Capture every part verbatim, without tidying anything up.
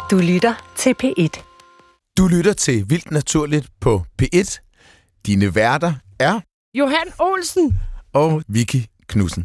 Du lytter til P et. Du lytter til Vildt Naturligt på P et. Dine værter er Johan Olsen og Vicky Knudsen.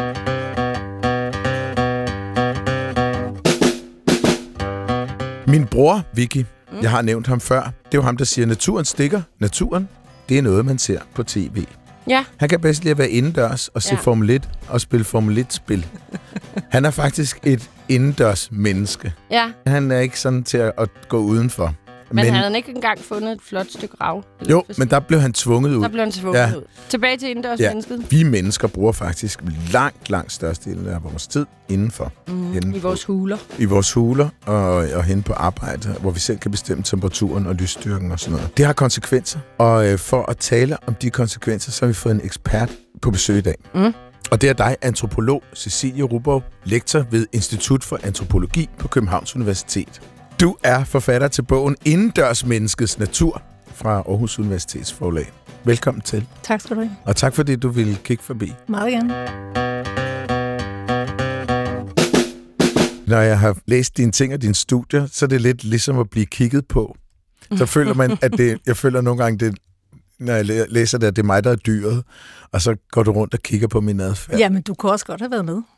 Min bror, Vicky, mm. jeg har nævnt ham før. Det er jo ham, der siger, naturen stikker. Naturen, det er noget, man ser på tv. Ja. Han kan bedst lide at være indendørs og se ja. Formel et og spille Formel et-spil. Han er faktisk et indendørs menneske. Ja. Han er ikke sådan til at gå udenfor. Men, men han havde ikke engang fundet et flot stykke rav. Jo, men der blev han tvunget ud. Der blev han tvunget ja. ud. Tilbage til indendørs ja. mennesket. Vi mennesker bruger faktisk langt, langt størstedelen af vores tid indenfor. Mm, I vores huler. I vores huler og, og hen på arbejde, hvor vi selv kan bestemme temperaturen og lysstyrken og sådan noget. Det har konsekvenser, og øh, for at tale om de konsekvenser, så har vi fået en ekspert på besøg i dag. Mm. Og det er dig, antropolog Cecilie Rubov, lektor ved Institut for Antropologi på Københavns Universitet. Du er forfatter til bogen Indendørsmenneskets natur fra Aarhus Universitets forlag. Velkommen til. Tak skal du have. Og tak fordi du ville kigge forbi. Meget gerne. Når jeg har læst dine ting og dine studier, så er det lidt ligesom at blive kigget på. Så føler man, at det, jeg føler nogle gange, det, når jeg læser det, at det er mig, der er dyret, og så går du rundt og kigger på min adfærd. Ja, men du kunne også godt have været med.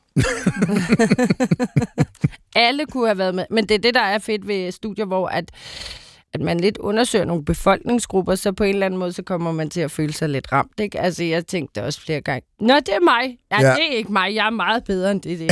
Alle kunne have været med, men det er det, der er fedt ved studier, hvor at, at man lidt undersøger nogle befolkningsgrupper, så på en eller anden måde, så kommer man til at føle sig lidt ramt, ikke? Altså, jeg tænkte også flere gange, nå, det er mig. Ja, ja. Det er ikke mig. Jeg er meget bedre end det, det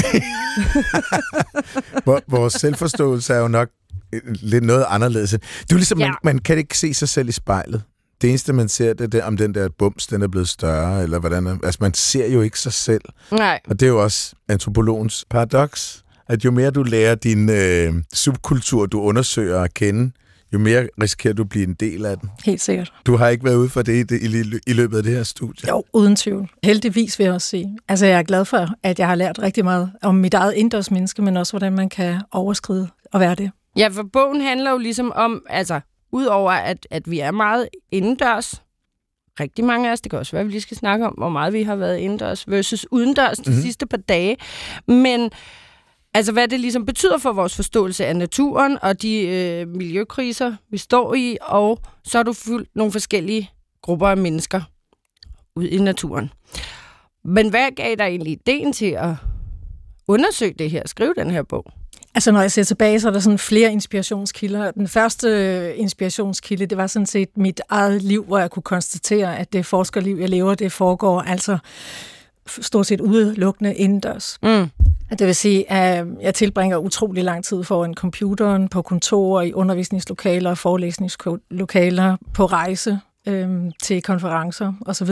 Vores selvforståelse er jo nok lidt noget anderledes. Det er jo ligesom, ja. man, man kan ikke se sig selv i spejlet. Det eneste, man ser, det er, det, om den der bums, den er blevet større, eller hvordan. Altså, man ser jo ikke sig selv. Nej. Og det er jo også antropologens paradoks, at jo mere du lærer din øh, subkultur, du undersøger at kende, jo mere risikerer du at blive en del af den. Helt sikkert. Du har ikke været ude for det i, i, i løbet af det her studie? Jo, uden tvivl. Heldigvis vil jeg også sige. Altså, jeg er glad for, at jeg har lært rigtig meget om mit eget indendørsmenneske, men også, hvordan man kan overskride og være det. Ja, for bogen handler jo ligesom om, altså, udover at, at vi er meget indendørs, rigtig mange af os, det kan også være, at vi lige skal snakke om, hvor meget vi har været indendørs versus udendørs de mm-hmm. sidste par dage, men altså, hvad det ligesom betyder for vores forståelse af naturen og de øh, miljøkriser, vi står i, og så har du fulgt nogle forskellige grupper af mennesker ud i naturen. Men hvad gav dig egentlig ideen til at undersøge det her, skrive den her bog? Altså, når jeg ser tilbage, så er der sådan flere inspirationskilder. Den første inspirationskilde, det var sådan set mit eget liv, hvor jeg kunne konstatere, at det forskerliv, jeg lever, det foregår altså stort set udelukkende indendørs. Mm. Det vil sige, at jeg tilbringer utrolig lang tid foran computeren, på kontorer, i undervisningslokaler, forelæsningslokaler, på rejse øhm, til konferencer osv.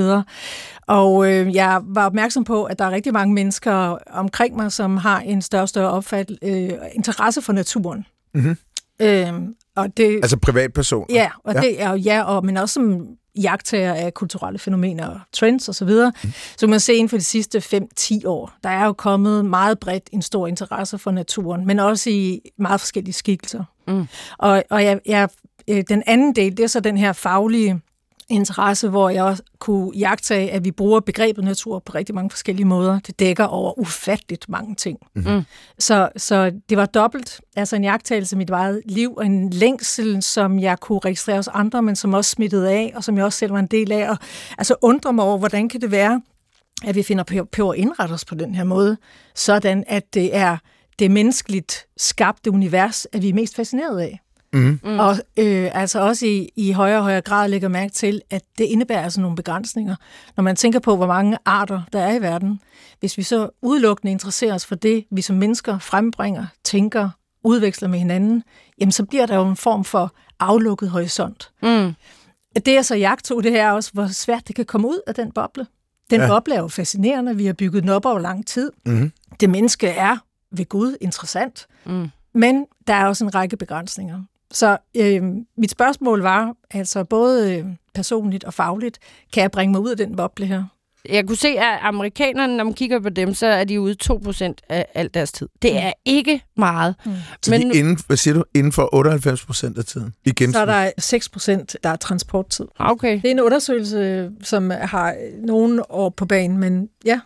Og øh, jeg var opmærksom på, at der er rigtig mange mennesker omkring mig, som har en større og større opfat, øh, interesse for naturen. Mm-hmm. Øhm, og det, altså privatpersoner? Ja, og ja. det er jo ja, og, men også som iagttager af kulturelle fænomener, trends og så videre. Mm. Så man ser inden for de sidste fem til ti år, der er jo kommet meget bredt en stor interesse for naturen, men også i meget forskellige skikkelser. Mm. Og, og jeg, jeg, den anden del, det er så den her faglige interesse, hvor jeg også kunne iagttage, at vi bruger begrebet natur på rigtig mange forskellige måder. Det dækker over ufatteligt mange ting. Mm-hmm. Så, så det var dobbelt, altså en iagttagelse af mit eget liv, og en længsel, som jeg kunne registrere hos andre, men som også smittede af, og som jeg også selv var en del af. Og altså undre mig over, hvordan kan det være, at vi finder på, på at indrette os på den her måde, sådan at det er det menneskeligt skabte univers, at vi er mest fascineret af. Mm. Mm. Og øh, altså også i, i højere og højere grad lægger mærke til, at det indebærer altså nogle begrænsninger. Når man tænker på, hvor mange arter der er i verden, hvis vi så udelukkende interesserer os for det, vi som mennesker frembringer, tænker, udveksler med hinanden, jamen så bliver der jo en form for aflukket horisont. Mm. Det jeg så jagtog, det er også, hvor svært det kan komme ud af den boble. Den ja. boble er jo fascinerende, vi har bygget den op over lang tid. Mm. Det menneske er ved Gud interessant, mm. men der er også en række begrænsninger. Så øh, mit spørgsmål var, altså både øh, personligt og fagligt, kan jeg bringe mig ud af den boble her? Jeg kunne se, at amerikanerne, når man kigger på dem, så er de ude to procent af al deres tid. Det er ikke meget. Mm. Så men, de inden, hvad siger du? Inden for otteoghalvfems procent af tiden? I gennemsnit? Så er der seks procent, der er transporttid. Okay. Det er en undersøgelse, som har nogle år på banen, men ja,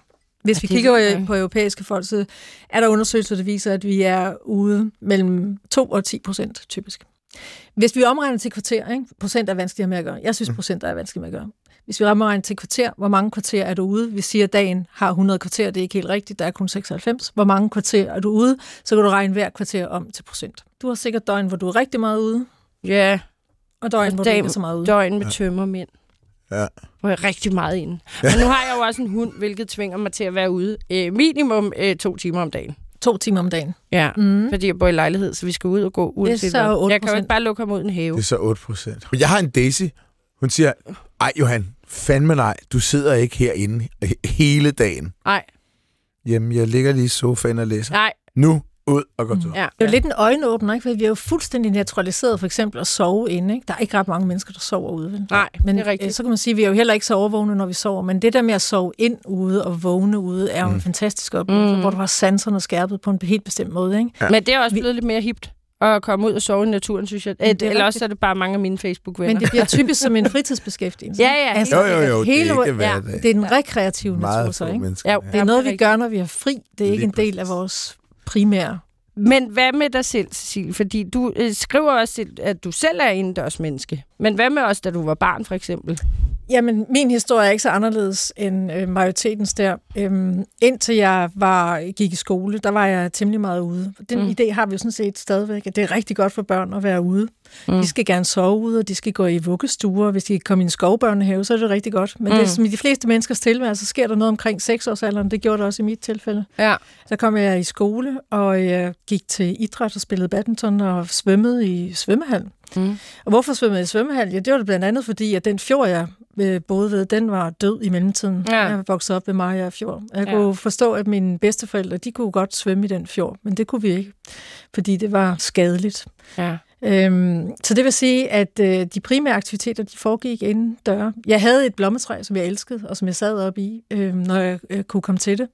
Hvis vi kigger på europæiske folk, så er der undersøgelser, der viser, at vi er ude mellem to og ti procent typisk. Hvis vi omregner til kvarter, ikke? Procent er vanskeligere med at gøre. Jeg synes, procent er vanskeligere med at gøre. Hvis vi omregner til kvarter, hvor mange kvarter er du ude? Vi siger, at dagen har hundrede kvarter, det er ikke helt rigtigt, der er kun seksoghalvfems. Hvor mange kvarter er du ude? Så kan du regne hver kvarter om til procent. Du har sikkert døgn, hvor du er rigtig meget ude. Ja. Og døgn, og hvor dag, du ikke er så meget ude. Døgn med tømmermænd. Ja. Hvor jeg er rigtig meget inde. Men nu har jeg jo også en hund, hvilket tvinger mig til at være ude øh, minimum øh, to timer om dagen. To timer om dagen. Ja, mm. fordi jeg bor i lejlighed, så vi skal ud og gå uanset det er så hvad. Jeg kan jo ikke bare lukke ham ud i en have. Det er så otte procent. Jeg har en Daisy. Hun siger, ej Johan, fandme nej, du sidder ikke herinde hele dagen. Nej. Jamen, jeg ligger lige i sofaen og læser. Nej. Nu ud og gå tur. Ja. Det er jo lidt en øjenåbner, ikke? For vi er jo fuldstændig naturaliseret for eksempel at sove inde. Ikke? Der er ikke ret mange mennesker, der sover ude. Vel? Nej, men det er rigtigt. Så kan man sige, at vi er jo heller ikke så overvågne, når vi sover. Men det der med at sove ind ude og vågne ude, er jo mm. en fantastisk oplevelse, mm. hvor du har sanserne skærpet på en helt bestemt måde. Ikke? Ja. Men det er også blevet vi... lidt mere hipt at komme ud og sove i naturen, synes jeg. Et, eller også er det bare mange af mine Facebook-venner. Men det bliver typisk som en fritidsbeskæftigelse. Ja, ja. Altså, jo, jo, jo. Hele, det er ikke ja, det er den rekreative natur, så, ikke? Ja, det er noget, vi gør, når vi er fri. Det er ikke en del af vores primære. Men hvad med dig selv, Cecilie? Fordi du øh, skriver også, at du selv er indendørs menneske. Men hvad med os, da du var barn, for eksempel? Jamen, min historie er ikke så anderledes end øh, majoritetens der. Øhm, indtil jeg var, gik i skole, der var jeg temmelig meget ude. Den mm. idé har vi jo sådan set stadigvæk, at det er rigtig godt for børn at være ude. Mm. De skal gerne sove ude, og de skal gå i vuggestuer. Hvis de kan komme i en skovbørnehave, så er det rigtig godt. Men mm. det, som i de fleste menneskers tilværelse, så sker der noget omkring seksårsalderen. Det gjorde det også i mit tilfælde. Ja. Så kom jeg i skole, og jeg gik til idræt og spillede badminton og svømmede i svømmehallen. Mm. Og hvorfor svømmede jeg i svømmehal? Ja, det var det blandt andet, fordi at den fjord, jeg boede ved, den var død i mellemtiden. Ja. Jeg voksede op ved Mariager Fjord. Jeg ja. kunne forstå, at mine bedsteforældre, de kunne godt svømme i den fjord, men det kunne vi ikke, fordi det var skadeligt. Ja. Øhm, så det vil sige, at øh, de primære aktiviteter, de foregik inden døre. Jeg havde et blommetræ, som jeg elskede, og som jeg sad op i, øh, når jeg øh, kunne komme til det.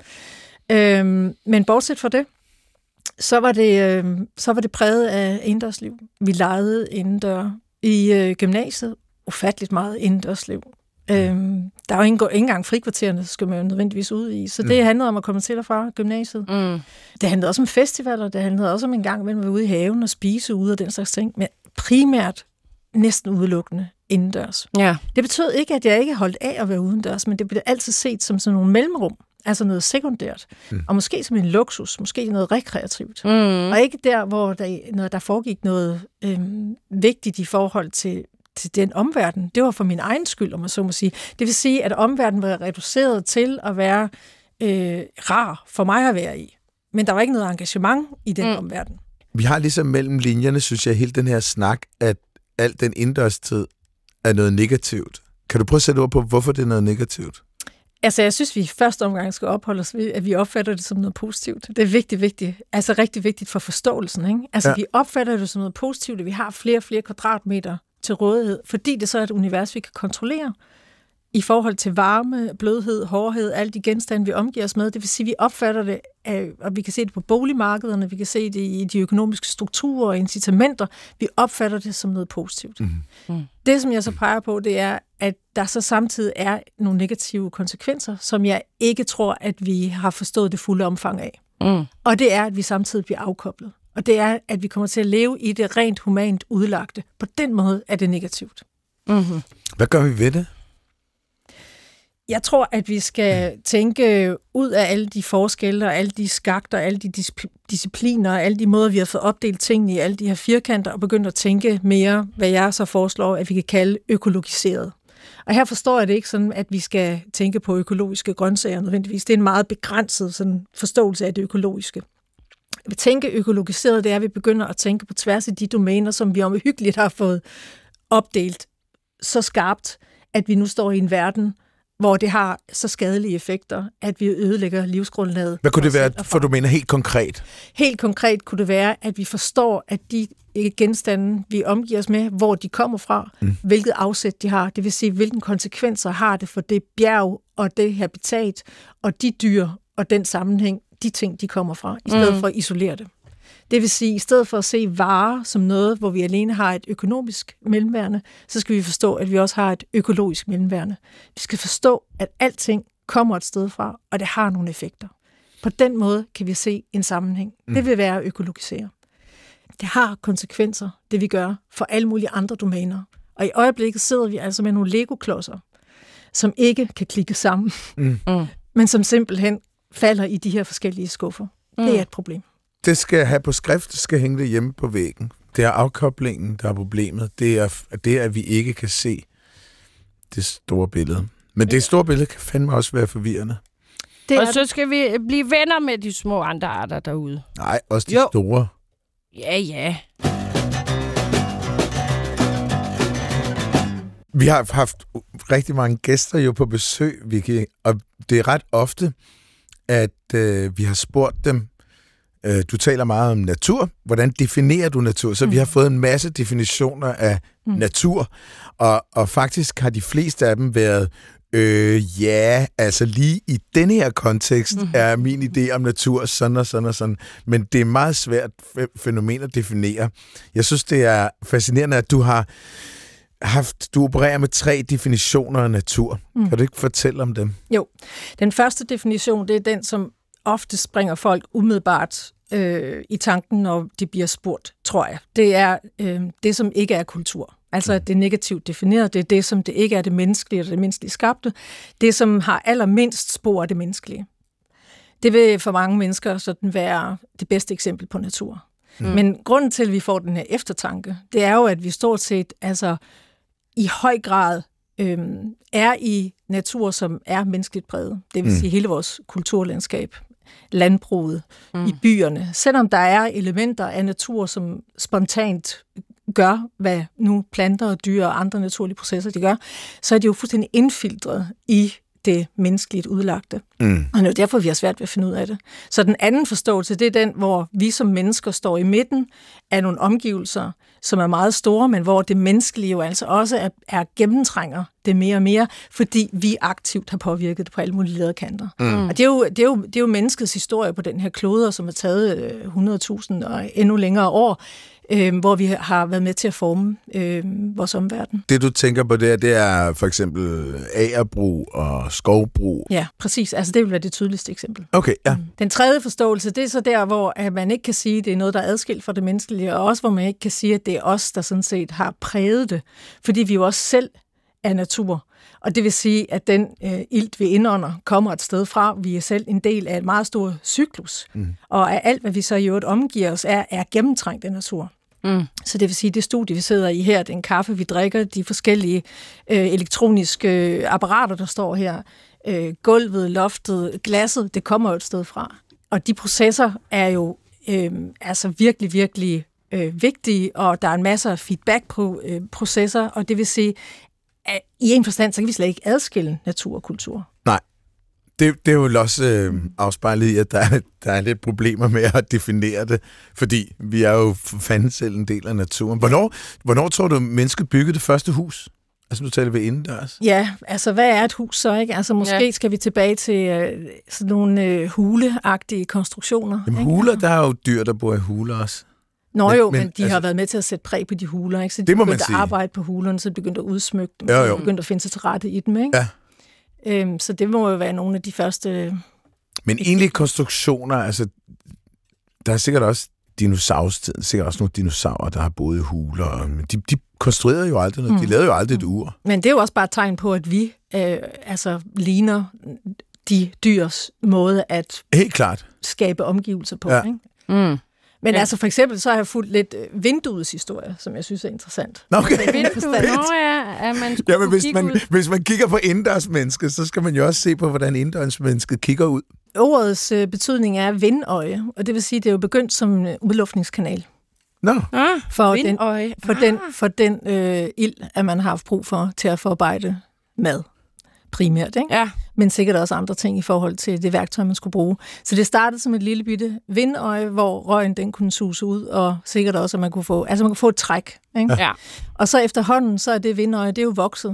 Øhm, men bortset fra det, så var det, øh, så var det præget af indendørsliv. Vi legede indendør i øh, gymnasiet. Ufatteligt meget indendørsliv. Øhm, der er jo ikke engang frikvartererne, skal man jo nødvendigvis ud i. Så det handlede om at komme til og fra gymnasiet. Mm. Det handlede også om festivaler, det handlede også om en gang, at vi var ude i haven og spise ude og den slags ting. Men primært næsten udelukkende indendørs. Ja. Det betød ikke, at jeg ikke holdt af at være udendørs, men det blev altid set som sådan nogle mellemrum. Altså noget sekundært. Mm. Og måske som en luksus, måske noget rekreativt. Mm. Og ikke der, hvor der, når der foregik noget øhm, vigtigt i forhold til til den omverden. Det var for min egen skyld, om man så må sige. Det vil sige, at omverdenen var reduceret til at være øh, rar for mig at være i. Men der var ikke noget engagement i den mm. omverden. Vi har ligesom mellem linjerne, synes jeg, hele den her snak, at al den indendørstid er noget negativt. Kan du prøve at sætte ord på, hvorfor det er noget negativt? Altså, jeg synes, vi i første omgang skal opholde os ved, at vi opfatter det som noget positivt. Det er vigtigt, vigtigt. Altså, rigtig vigtigt for forståelsen, ikke? Altså, ja. Vi opfatter det som noget positivt, at vi har flere og flere kvadratmeter til rådighed, fordi det så er et univers, vi kan kontrollere i forhold til varme, blødhed, hårdhed, alle de genstande, vi omgiver os med. Det vil sige, at vi opfatter det, og vi kan se det på boligmarkederne, vi kan se det i de økonomiske strukturer og incitamenter. Vi opfatter det som noget positivt. Mm. Mm. Det, som jeg så peger på, det er, at der så samtidig er nogle negative konsekvenser, som jeg ikke tror, at vi har forstået det fulde omfang af. Mm. Og det er, at vi samtidig bliver afkoblet. Og det er, at vi kommer til at leve i det rent humant udlagte. På den måde er det negativt. Mm-hmm. Hvad gør vi ved det? Jeg tror, at vi skal tænke ud af alle de forskelle og alle de skakter, alle de dis- discipliner og alle de måder, vi har fået opdelt tingene i, alle de her firkanter, og begynde at tænke mere, hvad jeg så foreslår, at vi kan kalde økologiseret. Og her forstår jeg det ikke sådan, at vi skal tænke på økologiske grøntsager nødvendigvis. Det er en meget begrænset sådan, forståelse af det økologiske. At tænke økologiseret, det er, at vi begynder at tænke på tværs af de domæner, som vi omhyggeligt har fået opdelt så skarpt, at vi nu står i en verden, hvor det har så skadelige effekter, at vi ødelægger livsgrundlaget. Hvad kunne det være, for du mener helt konkret? Helt konkret kunne det være, at vi forstår, at de genstande, vi omgiver os med, hvor de kommer fra, mm. hvilket afsæt de har, det vil sige, hvilke konsekvenser har det for det bjerg og det habitat, og de dyr og den sammenhæng, de ting, de kommer fra, i stedet mm. for at isolere det. Det vil sige, at i stedet for at se varer som noget, hvor vi alene har et økonomisk mellemværende, så skal vi forstå, at vi også har et økologisk mellemværende. Vi skal forstå, at alting kommer et sted fra, og det har nogle effekter. På den måde kan vi se en sammenhæng. Mm. Det vil være at økologisere. Det har konsekvenser, det vi gør, for alle mulige andre domæner. Og i øjeblikket sidder vi altså med nogle Lego-klodser, som ikke kan klikke sammen, mm. men som simpelthen falder i de her forskellige skuffer. Mm. Det er et problem. Det skal have på skrift, det skal hænge det hjemme på væggen. Det er afkoblingen, der er problemet. Det er det, at vi ikke kan se det store billede. Men det store billede kan fandme også være forvirrende. Det og så skal vi blive venner med de små andre arter derude. Nej, også de jo. store. Ja, ja. Vi har haft rigtig mange gæster jo på besøg, Vicky, og det er ret ofte, at øh, vi har spurgt dem, øh, du taler meget om natur, hvordan definerer du natur? Så mm. vi har fået en masse definitioner af mm. natur, og, og faktisk har de fleste af dem været, øh, ja, altså lige i denne her kontekst mm. er min idé om natur sådan og sådan og sådan, men det er meget svært fænomen at definere. Jeg synes, det er fascinerende, at du har haft, du opererer med tre definitioner af natur. Mm. Kan du ikke fortælle om dem? Jo. Den første definition, det er den, som ofte springer folk umiddelbart øh, i tanken, når de bliver spurgt, tror jeg. Det er øh, det, som ikke er kultur. Altså, at det er negativt defineret. Det er det, som det ikke er det menneskelige eller det menneskelige skabte. Det, som har allermindst spor af det menneskelige. Det vil for mange mennesker sådan være det bedste eksempel på natur. Mm. Men grunden til, at vi får den her eftertanke, det er jo, at vi stort set altså i høj grad øhm, er i natur, som er menneskeligt præget. Det vil mm. sige hele vores kulturlandskab, landbruget, mm. i byerne. Selvom der er elementer af natur, som spontant gør, hvad nu planter og dyr og andre naturlige processer, de gør, så er de jo fuldstændig indfiltret i det menneskeligt udlagte. Mm. Og det er derfor, vi har svært ved at finde ud af det. Så den anden forståelse, det er den, hvor vi som mennesker står i midten af nogle omgivelser, som er meget store, men hvor det menneskelige jo altså også er, er gennemtrænger det mere og mere, fordi vi aktivt har påvirket det på alle mulige lederkanter. Mm. Og det er, jo, det, er jo, det er jo menneskets historie på den her klode, som har taget hundrede tusind og endnu længere år, øh, hvor vi har været med til at forme øh, vores omverden. Det, du tænker på der, det er for eksempel agerbrug og skovbrug. Ja, præcis. Altså, det vil være det tydeligste eksempel. Okay, ja. Den tredje forståelse, det er så der, hvor at man ikke kan sige, at det er noget, der er adskilt fra det menneskelige, og også hvor man ikke kan sige, at det er os, der sådan set har præget det, fordi vi jo også selv er natur. Og det vil sige, at den øh, ilt, vi indånder, kommer et sted fra. Vi er selv en del af et meget stort cyklus. Mm. Og af alt, hvad vi så i øvrigt omgiver os, er, er gennemtrængt af natur. Mm. Så det vil sige, at det studie, vi sidder i her, den kaffe, vi drikker, de forskellige øh, elektroniske øh, apparater, der står her, øh, gulvet, loftet, glasset, det kommer jo et sted fra. Og de processer er jo øh, altså virkelig, virkelig øh, vigtige, og der er en masse feedback-processer, og det vil sige, at i en forstand, så kan vi slet ikke adskille natur og kultur. Nej. Det, det er jo også øh, afspejlet i, at der er, der er lidt problemer med at definere det, fordi vi er jo fandens selv en del af naturen. Hvornår, hvornår tror du, mennesket byggede det første hus? Altså, nu taler vi indendørs. Ja, altså, hvad er et hus så, ikke? Altså, måske ja. skal vi tilbage til øh, sådan nogle øh, huleagtige konstruktioner. Jamen, ikke? huler, der er jo dyr, der bor i huler også. Nå men, jo, men, men de altså, har været med til at sætte præg på de huler, ikke? Så de det må begyndte man sige. at arbejde på hulerne, så de begyndte at udsmykke dem, jo, jo. så de begyndte at finde sig til rette i dem, ikke? Ja. Øhm, så det må jo være nogle af de første... Men egentlig konstruktioner, altså, der er sikkert også dinosaurstiden, sikkert også nogle dinosaurer, der har boet i huler. De, de konstruerede jo aldrig noget, mm. de lavede jo aldrig et ur. Men det er jo også bare et tegn på, at vi øh, altså ligner de dyrs måde at helt klart skabe omgivelser på, ja. ikke? Mm. Men ja. altså for eksempel, så har jeg fulgt lidt vinduets historie, som jeg synes er interessant. Okay. Altså, Nå ja, at man skulle ja, men hvis man, ud. hvis man kigger på indendørsmennesket, så skal man jo også se på, hvordan indendørsmennesket kigger ud. Ordets øh, betydning er vindøje, og det vil sige, at det er jo begyndt som øh, udluftningskanal. Nå. Ah, for vindøje. Den, for, ah. den, for den øh, ild, at man har haft brug for til at forarbejde mad. Primært, ikke? Ja. Men sikkert også andre ting i forhold til det værktøj, man skulle bruge. Så det startede som et lille bitte vindøje, hvor røgen den kunne suse ud, og sikkert også, at man kunne få, altså man kunne få et træk. Ikke? Ja. Og så efterhånden, så er det vindøje, det er jo vokset.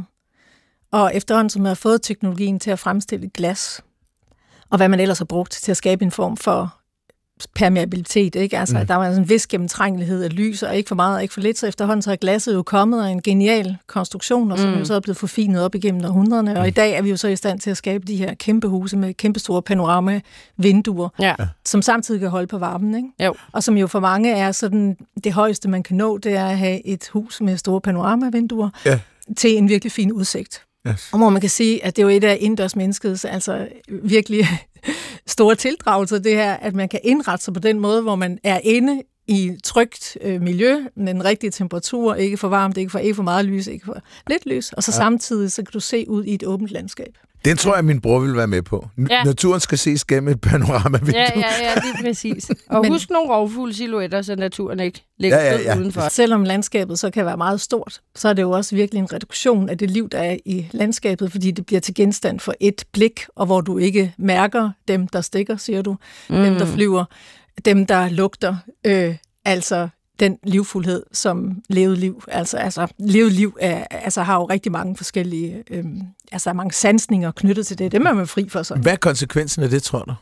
Og efterhånden, som man har fået teknologien til at fremstille glas, og hvad man ellers har brugt til at skabe en form for permeabilitet, ikke? Altså, mm. der var en vis gennemtrængelighed af lys, og ikke for meget og ikke for lidt, så efterhånden så er glasset jo kommet af en genial konstruktion, og som mm. jo så er blevet forfinet op igennem århundrederne, mm. og i dag er vi jo så i stand til at skabe de her kæmpe huse med kæmpe store panorama-vinduer, ja. som samtidig kan holde på varmen, ikke? Jo. Og som jo for mange er sådan, det højeste, man kan nå, det er at have et hus med store panorama-vinduer ja. til en virkelig fin udsigt. Yes. Og hvor man kan sige, at det er jo et af indendørs menneskets, altså virkelig store tildragelser, det her, at man kan indrette sig på den måde, hvor man er inde i et trygt øh, miljø, med den rigtige temperatur, ikke for varmt, ikke for, ikke for meget lys, ikke for lidt lys, og så ja. samtidig så kan du se ud i et åbent landskab. Den tror jeg, min bror vil være med på. N- ja. Naturen skal ses gennem et panorama-vindue. Ja, ja, ja, det er præcis. Og Men, husk nogle rovfugle silhuetter, så naturen ikke ligger ja, ja, ja. udenfor. Selvom landskabet så kan være meget stort, så er det jo også virkelig en reduktion af det liv, der er i landskabet, fordi det bliver til genstand for et blik, og hvor du ikke mærker dem, der stikker, siger du, mm. dem, der flyver, dem, der lugter, øh, altså den livfuldhed, som levet liv, altså, altså levet liv er, altså, har jo rigtig mange forskellige, øh, altså mange sansninger knyttet til det. Dem er man fri for sig. Hvad er konsekvensen af det, tror du?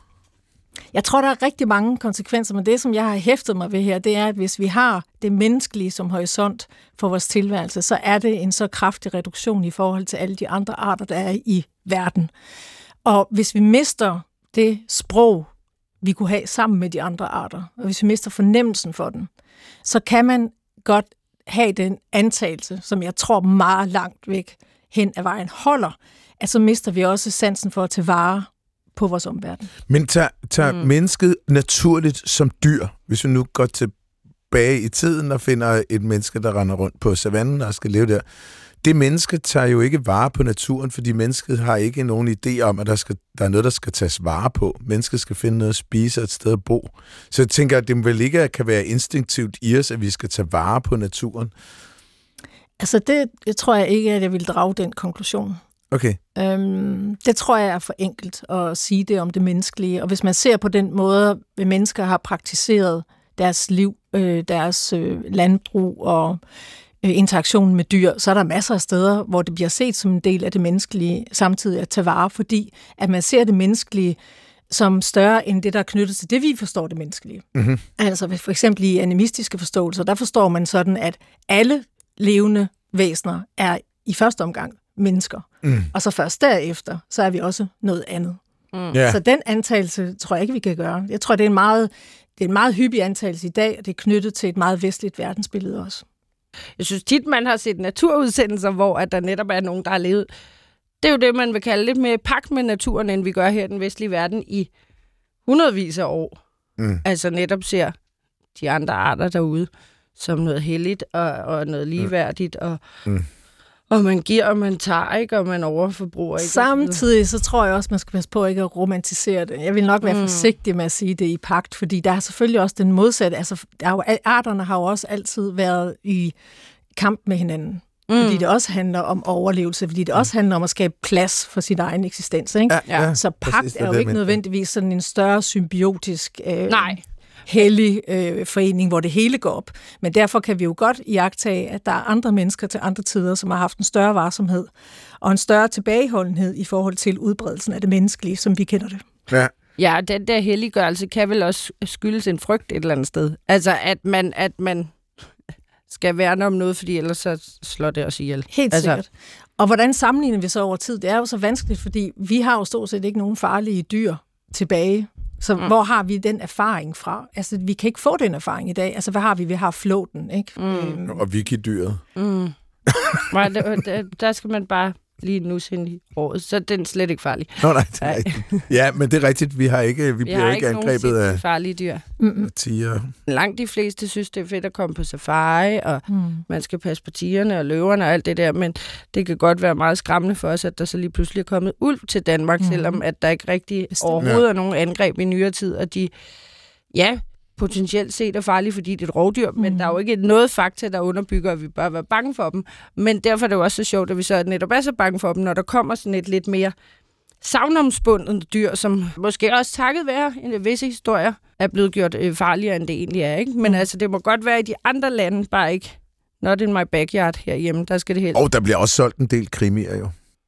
Jeg tror, der er rigtig mange konsekvenser, men det, som jeg har hæftet mig ved her, det er, at hvis vi har det menneskelige som horisont for vores tilværelse, så er det en så kraftig reduktion i forhold til alle de andre arter, der er i verden. Og hvis vi mister det sprog, vi kunne have sammen med de andre arter, og hvis vi mister fornemmelsen for den, så kan man godt have den antagelse, som jeg tror meget langt væk hen ad vejen holder, at så mister vi også sansen for at tage vare på vores omverden. Men tager, tager mm. mennesket naturligt som dyr, hvis vi nu går tilbage i tiden og finder et menneske, der render rundt på savannen og skal leve der, det menneske tager jo ikke vare på naturen, fordi mennesket har ikke nogen idé om, at der, skal, der er noget, der skal tages vare på. Mennesket skal finde noget at spise og et sted at bo. Så jeg tænker, at det vel ikke kan være instinktivt i os, at vi skal tage vare på naturen. Altså det jeg tror jeg ikke, at jeg vil drage den konklusion. Okay. Øhm, det tror jeg er for enkelt at sige det om det menneskelige. Og hvis man ser på den måde, at mennesker har praktiseret deres liv, øh, deres øh, landbrug og interaktionen med dyr, så er der masser af steder, hvor det bliver set som en del af det menneskelige, samtidig at tage vare, fordi at man ser det menneskelige som større end det, der er knyttet til det, vi forstår det menneskelige. Mm-hmm. Altså for eksempel i animistiske forståelser, der forstår man sådan, at alle levende væsener er i første omgang mennesker, mm. og så først derefter, så er vi også noget andet. Mm. Yeah. Så den antagelse tror jeg ikke, vi kan gøre. Jeg tror, det er en meget, det er en meget hyppig antagelse i dag, og det er knyttet til et meget vestligt verdensbillede også. Jeg synes tit, man har set naturudsendelser, hvor at der netop er nogen, der har levet. Det er jo det, man vil kalde lidt mere pagt med naturen, end vi gør her i den vestlige verden i hundredvis af år. Mm. Altså netop ser de andre arter derude som noget helligt og, og noget ligeværdigt, og, mm. og man giver, og man tager, ikke, og man overforbruger. Ikke? Samtidig så tror jeg også, man skal passe på ikke at romantisere det. Jeg vil nok være mm. forsigtig med at sige det i pagt, fordi der er selvfølgelig også den modsatte. Altså, der er jo, arterne har jo også altid været i kamp med hinanden. Mm. Fordi det også handler om overlevelse, fordi det også handler om at skabe plads for sin egen eksistens. Ikke? Ja, ja, så pagt præcis, er jo ikke nødvendigvis sådan en større symbiotisk øh, Nej. hellig øh, forening, hvor det hele går op. Men derfor kan vi jo godt iagttage, at der er andre mennesker til andre tider, som har haft en større varsomhed og en større tilbageholdenhed i forhold til udbredelsen af det menneskelige, som vi kender det. Ja. Ja, den der helliggørelse kan vel også skyldes en frygt et eller andet sted. Altså, at man, at man skal værne om noget, fordi ellers så slår det os ihjel. Helt altså. sikkert. Og hvordan sammenligner vi så over tid? Det er jo så vanskeligt, fordi vi har jo stort set ikke nogen farlige dyr tilbage. Så mm. hvor har vi den erfaring fra? Altså, vi kan ikke få den erfaring i dag. Altså, hvad har vi? Vi har flåten, ikke? Mm. Øhm. Og Vicky-dyret. Mm. Nej, der, der skal man bare lige nu ind i året, så den er slet ikke farlig. Nå, nej, det er rigtigt. Ja, men det er rigtigt. Vi har ikke, vi, vi bliver ikke angrebet af farlige dyr. Tiger. Langt de fleste synes, det er fedt at komme på safari, og mm. man skal passe på tigerne og løverne og alt det der, men det kan godt være meget skræmmende for os, at der så lige pludselig er kommet ulv til Danmark, mm. selvom at der ikke rigtig overhovedet ja. er nogen angreb i nyere tid, og de, ja, potentielt set er farlige, fordi det er et rovdyr, mm. men der er jo ikke noget fakta, der underbygger, at vi bør være bange for dem. Men derfor er det jo også så sjovt, at vi så netop er så bange for dem, når der kommer sådan et lidt mere savnomsbundet dyr, som måske også takket være en visse historier, er blevet gjort øh, farligere, end det egentlig er. Ikke? Men mm. altså, det må godt være i de andre lande, bare ikke not in my backyard herhjemme. Der skal det helt. Og der bliver også solgt en del krimier jo.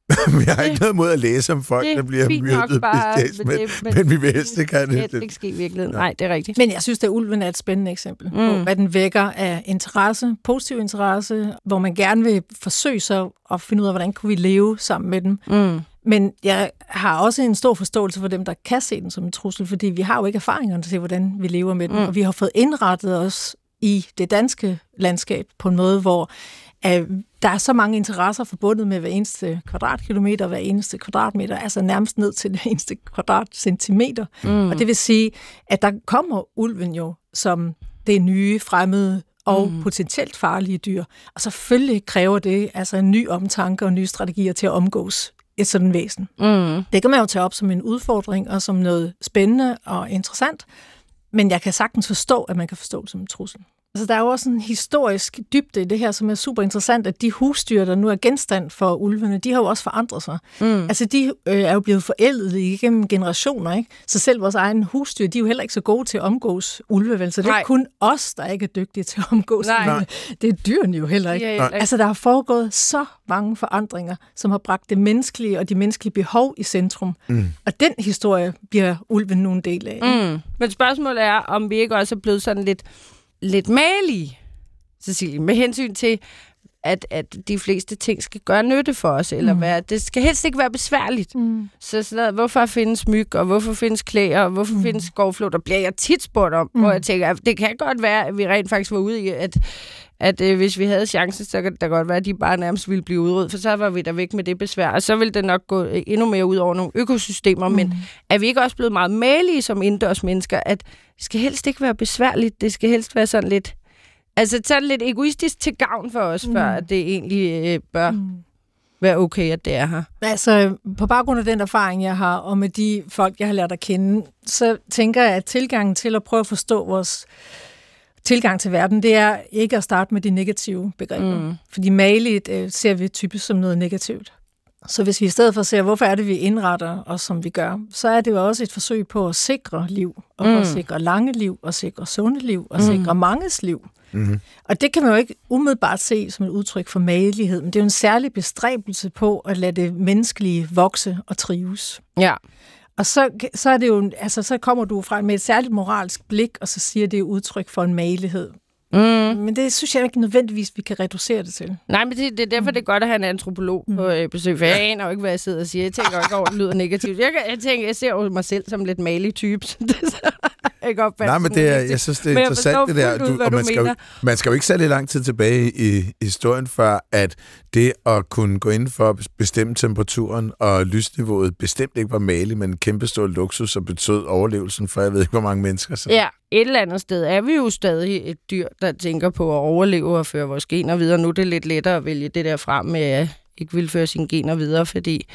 Jeg har ikke noget mod at læse om folk, der bliver myrdet, bare, det, men, det, men, men vi vil helst ikke have det. Det ikke ske i virkeligheden. Nej, det er rigtigt. Men jeg synes, at ulven er et spændende eksempel mm. på, hvad den vækker af interesse, positiv interesse, hvor man gerne vil forsøge sig at finde ud af, hvordan kunne vi leve sammen med dem. Mm. Men jeg har også en stor forståelse for dem, der kan se den som en trussel, fordi vi har jo ikke erfaringerne til, hvordan vi lever med den. Mm. Og vi har fået indrettet os i det danske landskab på en måde, hvor uh, der er så mange interesser forbundet med hver eneste kvadratkilometer, hver eneste kvadratmeter, altså nærmest ned til hver eneste kvadratcentimeter. Mm. Og det vil sige, at der kommer ulven jo som det nye, fremmede og mm. potentielt farlige dyr. Og selvfølgelig kræver det altså en ny omtanke og nye strategier til at omgås et sådan væsen. Mm. Det kan man jo tage op som en udfordring og som noget spændende og interessant, men jeg kan sagtens forstå, at man kan forstå det som en trussel. Altså, der er jo også en historisk dybde i det her, som er super interessant, at de husdyr, der nu er genstand for ulvene, de har jo også forandret sig. Mm. Altså, de øh, er jo blevet forældet igennem generationer, ikke? Så selv vores egen husdyr, de er jo heller ikke så gode til at omgås ulve, vel? Så det er Nej. kun os, der ikke er dygtige til at omgås ulve. Det er dyrene jo heller ikke. Ja, altså, der har foregået så mange forandringer, som har bragt det menneskelige og de menneskelige behov i centrum. Mm. Og den historie bliver ulven nu en del af. Mm. Men spørgsmålet er, om vi ikke også er blevet sådan lidt lidt malige, Cecilie, med hensyn til, at, at de fleste ting skal gøre nytte for os, eller mm. være, det skal helst ikke være besværligt. Mm. Så sådan, hvorfor findes myg, og hvorfor findes klæder, og hvorfor mm. findes skovflugter, bliver jeg tit spurgt om, mm. hvor jeg tænker, at det kan godt være, at vi rent faktisk var ude i, at, at øh, hvis vi havde chancen, så kan det godt være, at de bare nærmest ville blive udryddet, for så var vi der væk med det besvær, og så ville det nok gå endnu mere ud over nogle økosystemer, mm. men er vi ikke også blevet meget malige som indendørs mennesker, at det skal helst ikke være besværligt, det skal helst være sådan lidt, altså sådan lidt egoistisk til gavn for os, mm. før at det egentlig øh, bør mm. være okay, at det er her. Altså, på baggrund af den erfaring, jeg har, og med de folk, jeg har lært at kende, så tænker jeg, at tilgangen til at prøve at forstå vores tilgang til verden, det er ikke at starte med de negative begreber. Mm. Fordi maligt øh, ser vi typisk som noget negativt. Så hvis vi i stedet for ser, hvorfor er det, vi indretter os, som vi gør, så er det jo også et forsøg på at sikre liv, og mm. at sikre lange liv, og sikre sunde liv, og mm. sikre manges liv. Mm-hmm. Og det kan man jo ikke umiddelbart se som et udtryk for magelighed, men det er jo en særlig bestræbelse på at lade det menneskelige vokse og trives. Ja. Og så, så, er det jo, altså, så kommer du fra med et særligt moralsk blik, og så siger det udtryk for en magelighed. Mm. Men det synes jeg ikke nødvendigvis, vi kan reducere det til. Nej, men det, det er derfor, det er godt at have en antropolog mm. på øh, besøg, for jeg aner jo ikke, hvad jeg sidder og siger. Jeg tænker ikke over, det lyder negativt. Jeg, jeg tænker, jeg ser jo mig selv som lidt malig type. Ikke Nej, men det er, jeg synes, det er interessant, det der. Du, ud, og man, skal jo, man skal jo ikke særlig lang tid tilbage i, i historien, for at det at kunne gå ind for at bestemme temperaturen og lysniveauet bestemt ikke var malig, men en kæmpestor luksus og betød overlevelsen for jeg ved ikke, hvor mange mennesker. Så. Ja, et eller andet sted er vi jo stadig et dyr, der tænker på at overleve og føre vores gener videre. Nu er det lidt lettere at vælge det der frem med at ikke vil føre sine gener videre, fordi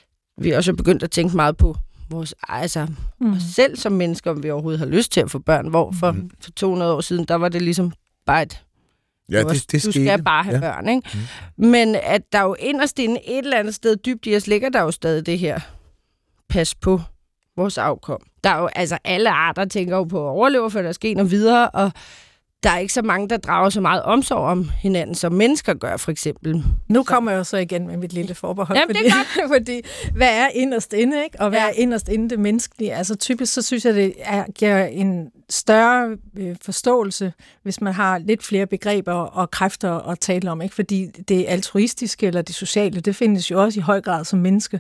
vi også er begyndt at tænke meget på vores, altså, mm. os selv som mennesker, om vi overhovedet har lyst til at få børn. Hvor for, mm. for to hundrede år siden, der var det ligesom bare et Ja, det, det du skete. skal bare have ja. børn, ikke? Mm. Men at der jo inderst inde et eller andet sted dybt i os ligger der jo stadig det her. Pas på vores afkom. Der er jo, altså alle arter tænker jo på at overleve for deres gener videre, og der er ikke så mange, der drager så meget omsorg om hinanden, som mennesker gør, for eksempel. Nu kommer jeg jo så igen med mit lille forbehold. Jamen, fordi, det er godt. fordi, hvad er inderst inde, ikke? Og hvad ja. er inderst inde det menneskelige? Altså typisk, så synes jeg, det er, giver en større øh, forståelse, hvis man har lidt flere begreber og kræfter at tale om, ikke? Fordi det altruistiske eller det sociale, det findes jo også i høj grad som menneske.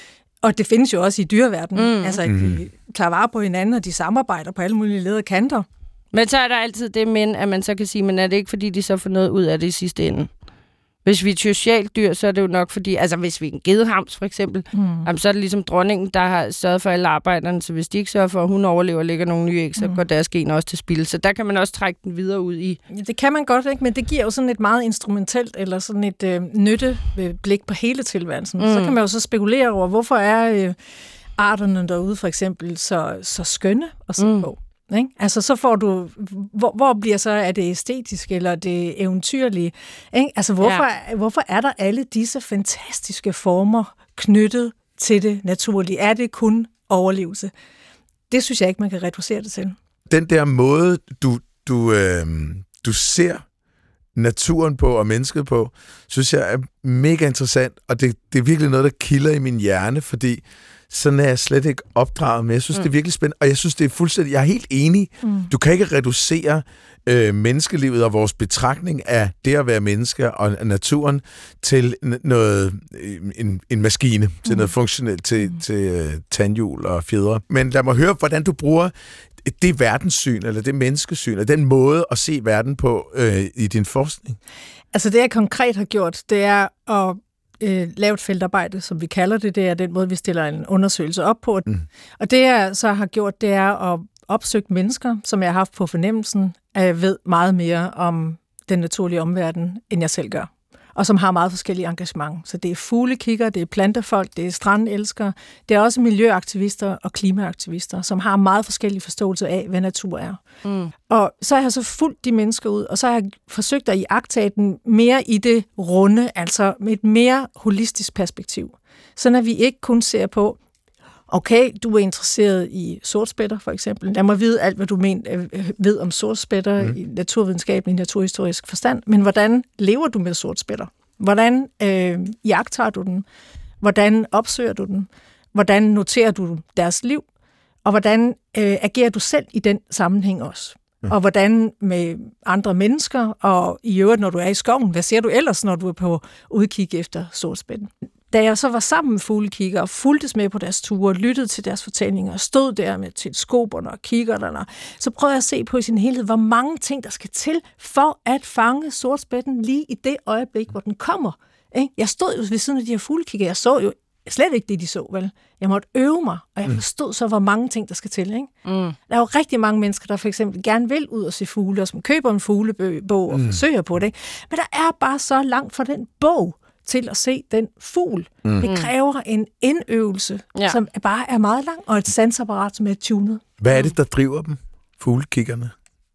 Og det findes jo også i dyreverdenen. Mm. Altså, at de tager vare på hinanden, og de samarbejder på alle mulige leder kanter. Men så er der altid det men, at man så kan sige, men er det ikke, fordi de så får noget ud af det i sidste ende? Hvis vi er et socialt dyr, så er det jo nok fordi, altså hvis vi er en gedehams for eksempel, mm. jamen, så er det ligesom dronningen, der har sørget for alle arbejderne, så hvis de ikke sørger for, at hun overlever og lægger nogle nye æg, så mm. går deres gener også til spil. Så der kan man også trække den videre ud i. Ja, det kan man godt, ikke? Men det giver jo sådan et meget instrumentelt, eller sådan et øh, nytteblik på hele tilværelsen. Mm. Så kan man jo så spekulere over, hvorfor er øh, arterne derude for eksempel så, så skønne at se mm. på. Ikke? Altså så får du, hvor, hvor bliver så, er det æstetisk eller det eventyrlige? Ikke? Altså hvorfor, ja. hvorfor er der alle disse fantastiske former knyttet til det naturlige? Er det kun overlevelse? Det synes jeg ikke, man kan reducere det til. Den der måde, du, du, øh, du ser naturen på og mennesket på, synes jeg er mega interessant, og det, det er virkelig noget, der kilder i min hjerne, fordi sådan er jeg slet ikke opdraget med. Jeg synes, mm. det er virkelig spændende, og jeg synes, det er fuldstændig... Jeg er helt enig. Mm. Du kan ikke reducere øh, menneskelivet og vores betragtning af det at være mennesker og naturen til noget, en, en maskine, til mm. noget funktionelt, til, mm. til uh, tandhjul og fjedre. Men lad mig høre, hvordan du bruger det verdenssyn, eller det menneskesyn, eller den måde at se verden på øh, i din forskning. Altså det, jeg konkret har gjort, det er at øh, lave et feltarbejde, som vi kalder det. Det er den måde, vi stiller en undersøgelse op på. Mm. Og det, jeg så har gjort, det er at opsøge mennesker, som jeg har haft på fornemmelsen, at ved meget mere om den naturlige omverden, end jeg selv gør. Og som har meget forskellige engagement. Så det er fuglekigger, det er plantefolk, det er strandelskere, det er også miljøaktivister og klimaaktivister, som har meget forskellige forståelser af, hvad natur er. Mm. Og så har jeg så fulgt de mennesker ud, og så har jeg forsøgt at iagttage den mere i det runde, altså med et mere holistisk perspektiv. Sådan at vi ikke kun ser på, okay, du er interesseret i sortspætter, for eksempel. Lad mig vide alt, hvad du men, ved om sortspætter mm. i naturvidenskabelig, naturhistorisk forstand. Men hvordan lever du med sortspætter? Hvordan øh, jagter du den? Hvordan opsøger du den? Hvordan noterer du deres liv? Og hvordan øh, agerer du selv i den sammenhæng også? Mm. Og hvordan med andre mennesker? Og i øvrigt, når du er i skoven, hvad ser du ellers, når du er på udkig efter sortspætten? Da jeg så var sammen med fuglekigger og fulgtes med på deres ture, lyttede til deres fortællinger og stod der med teleskoperne og kiggerne, så prøvede jeg at se på i sin helhed, hvor mange ting, der skal til for at fange sortspætten lige i det øjeblik, hvor den kommer. Jeg stod jo ved siden af de her fuglekigger, jeg så jo slet ikke det, de så, vel? Jeg måtte øve mig, og jeg forstod så, hvor mange ting, der skal til, ikke? Mm. Der er jo rigtig mange mennesker, der for eksempel gerne vil ud og se fugle, og som køber en fuglebog og mm. forsøger på det. Men der er bare så langt fra den bog til at se den fugl. Mm. Det kræver en indøvelse, ja. som bare er meget lang, og et sansapparat, som er tunet. Hvad er det, der driver dem, fuglekiggerne?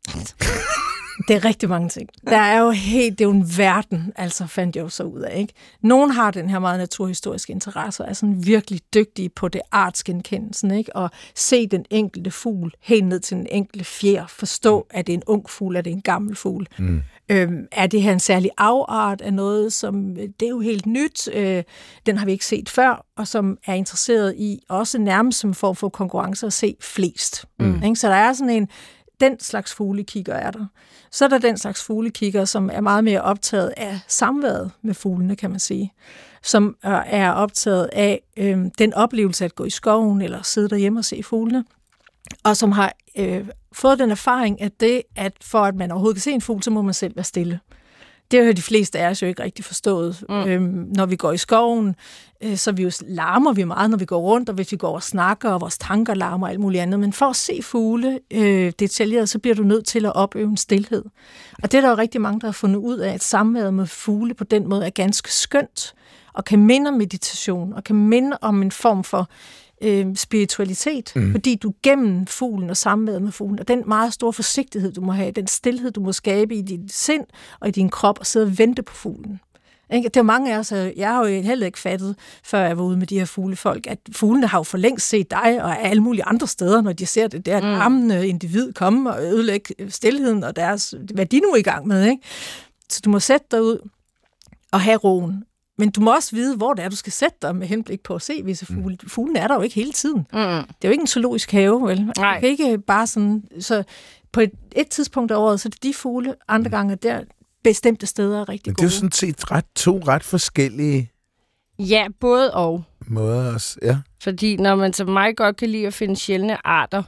Det er rigtig mange ting. Der er jo helt, det er jo en verden, altså fandt jeg jo så ud af, ikke? Nogen har den her meget naturhistoriske interesse, er sådan virkelig dygtige på det artsgenkendelsen, ikke? Og se den enkelte fugl helt ned til den enkelte fjer, forstå, at det er en ung fugl, at det er en gammel fugl. Mm. Øhm, er det her en særlig afart af noget, som, det er jo helt nyt, øh, den har vi ikke set før, og som er interesseret i også nærmest som form for konkurrence at se flest. Mm. Ikke? Så der er sådan en, den slags fuglekigger er der. Så er der den slags fuglekigger, som er meget mere optaget af samværet med fuglene, kan man sige. Som er optaget af øh, den oplevelse at gå i skoven, eller sidde derhjemme og se fuglene. Og som har øh, fået den erfaring, at det, at for at man overhovedet kan se en fugl, så må man selv være stille. Det har de fleste af os jo ikke rigtig forstået. Mm. Øhm, når vi går i skoven, øh, så vi jo larmer vi meget, når vi går rundt, og hvis vi går og snakker, og vores tanker larmer og alt muligt andet. Men for at se fugle øh, detaljeret, så bliver du nødt til at opøve en stilhed. Og det er der jo rigtig mange, der har fundet ud af, at samværet med fugle på den måde er ganske skønt, og kan minde om meditation, og kan minde om en form for øh, spiritualitet, mm. fordi du gennem fuglen og samværet med fuglen, og den meget store forsigtighed, du må have, den stilhed, du må skabe i dit sind og i din krop, og sidde og vente på fuglen. Ikke? Det er mange af os, jeg har jo heller ikke fattet, før jeg var ude med de her fuglefolk, at fuglene har jo for længst set dig og alle mulige andre steder, når de ser det der larmende individ komme og ødelægge stilheden og deres, hvad de nu er i gang med. Ikke? Så du må sætte dig ud og have roen. Men du må også vide, hvor det er, du skal sætte dig med henblik på at se visse fugle. Mm. Fuglene er der jo ikke hele tiden. Mm. Det er jo ikke en zoologisk have, vel? Nej. Det er ikke bare sådan... Så på et, et tidspunkt af året, så er det de fugle, andre mm. gange der bestemte steder er rigtig gode. Men det er jo sådan set ret, to ret forskellige... Ja, både og. Måder også, ja. Fordi når man som mig godt kan lide at finde sjældne arter,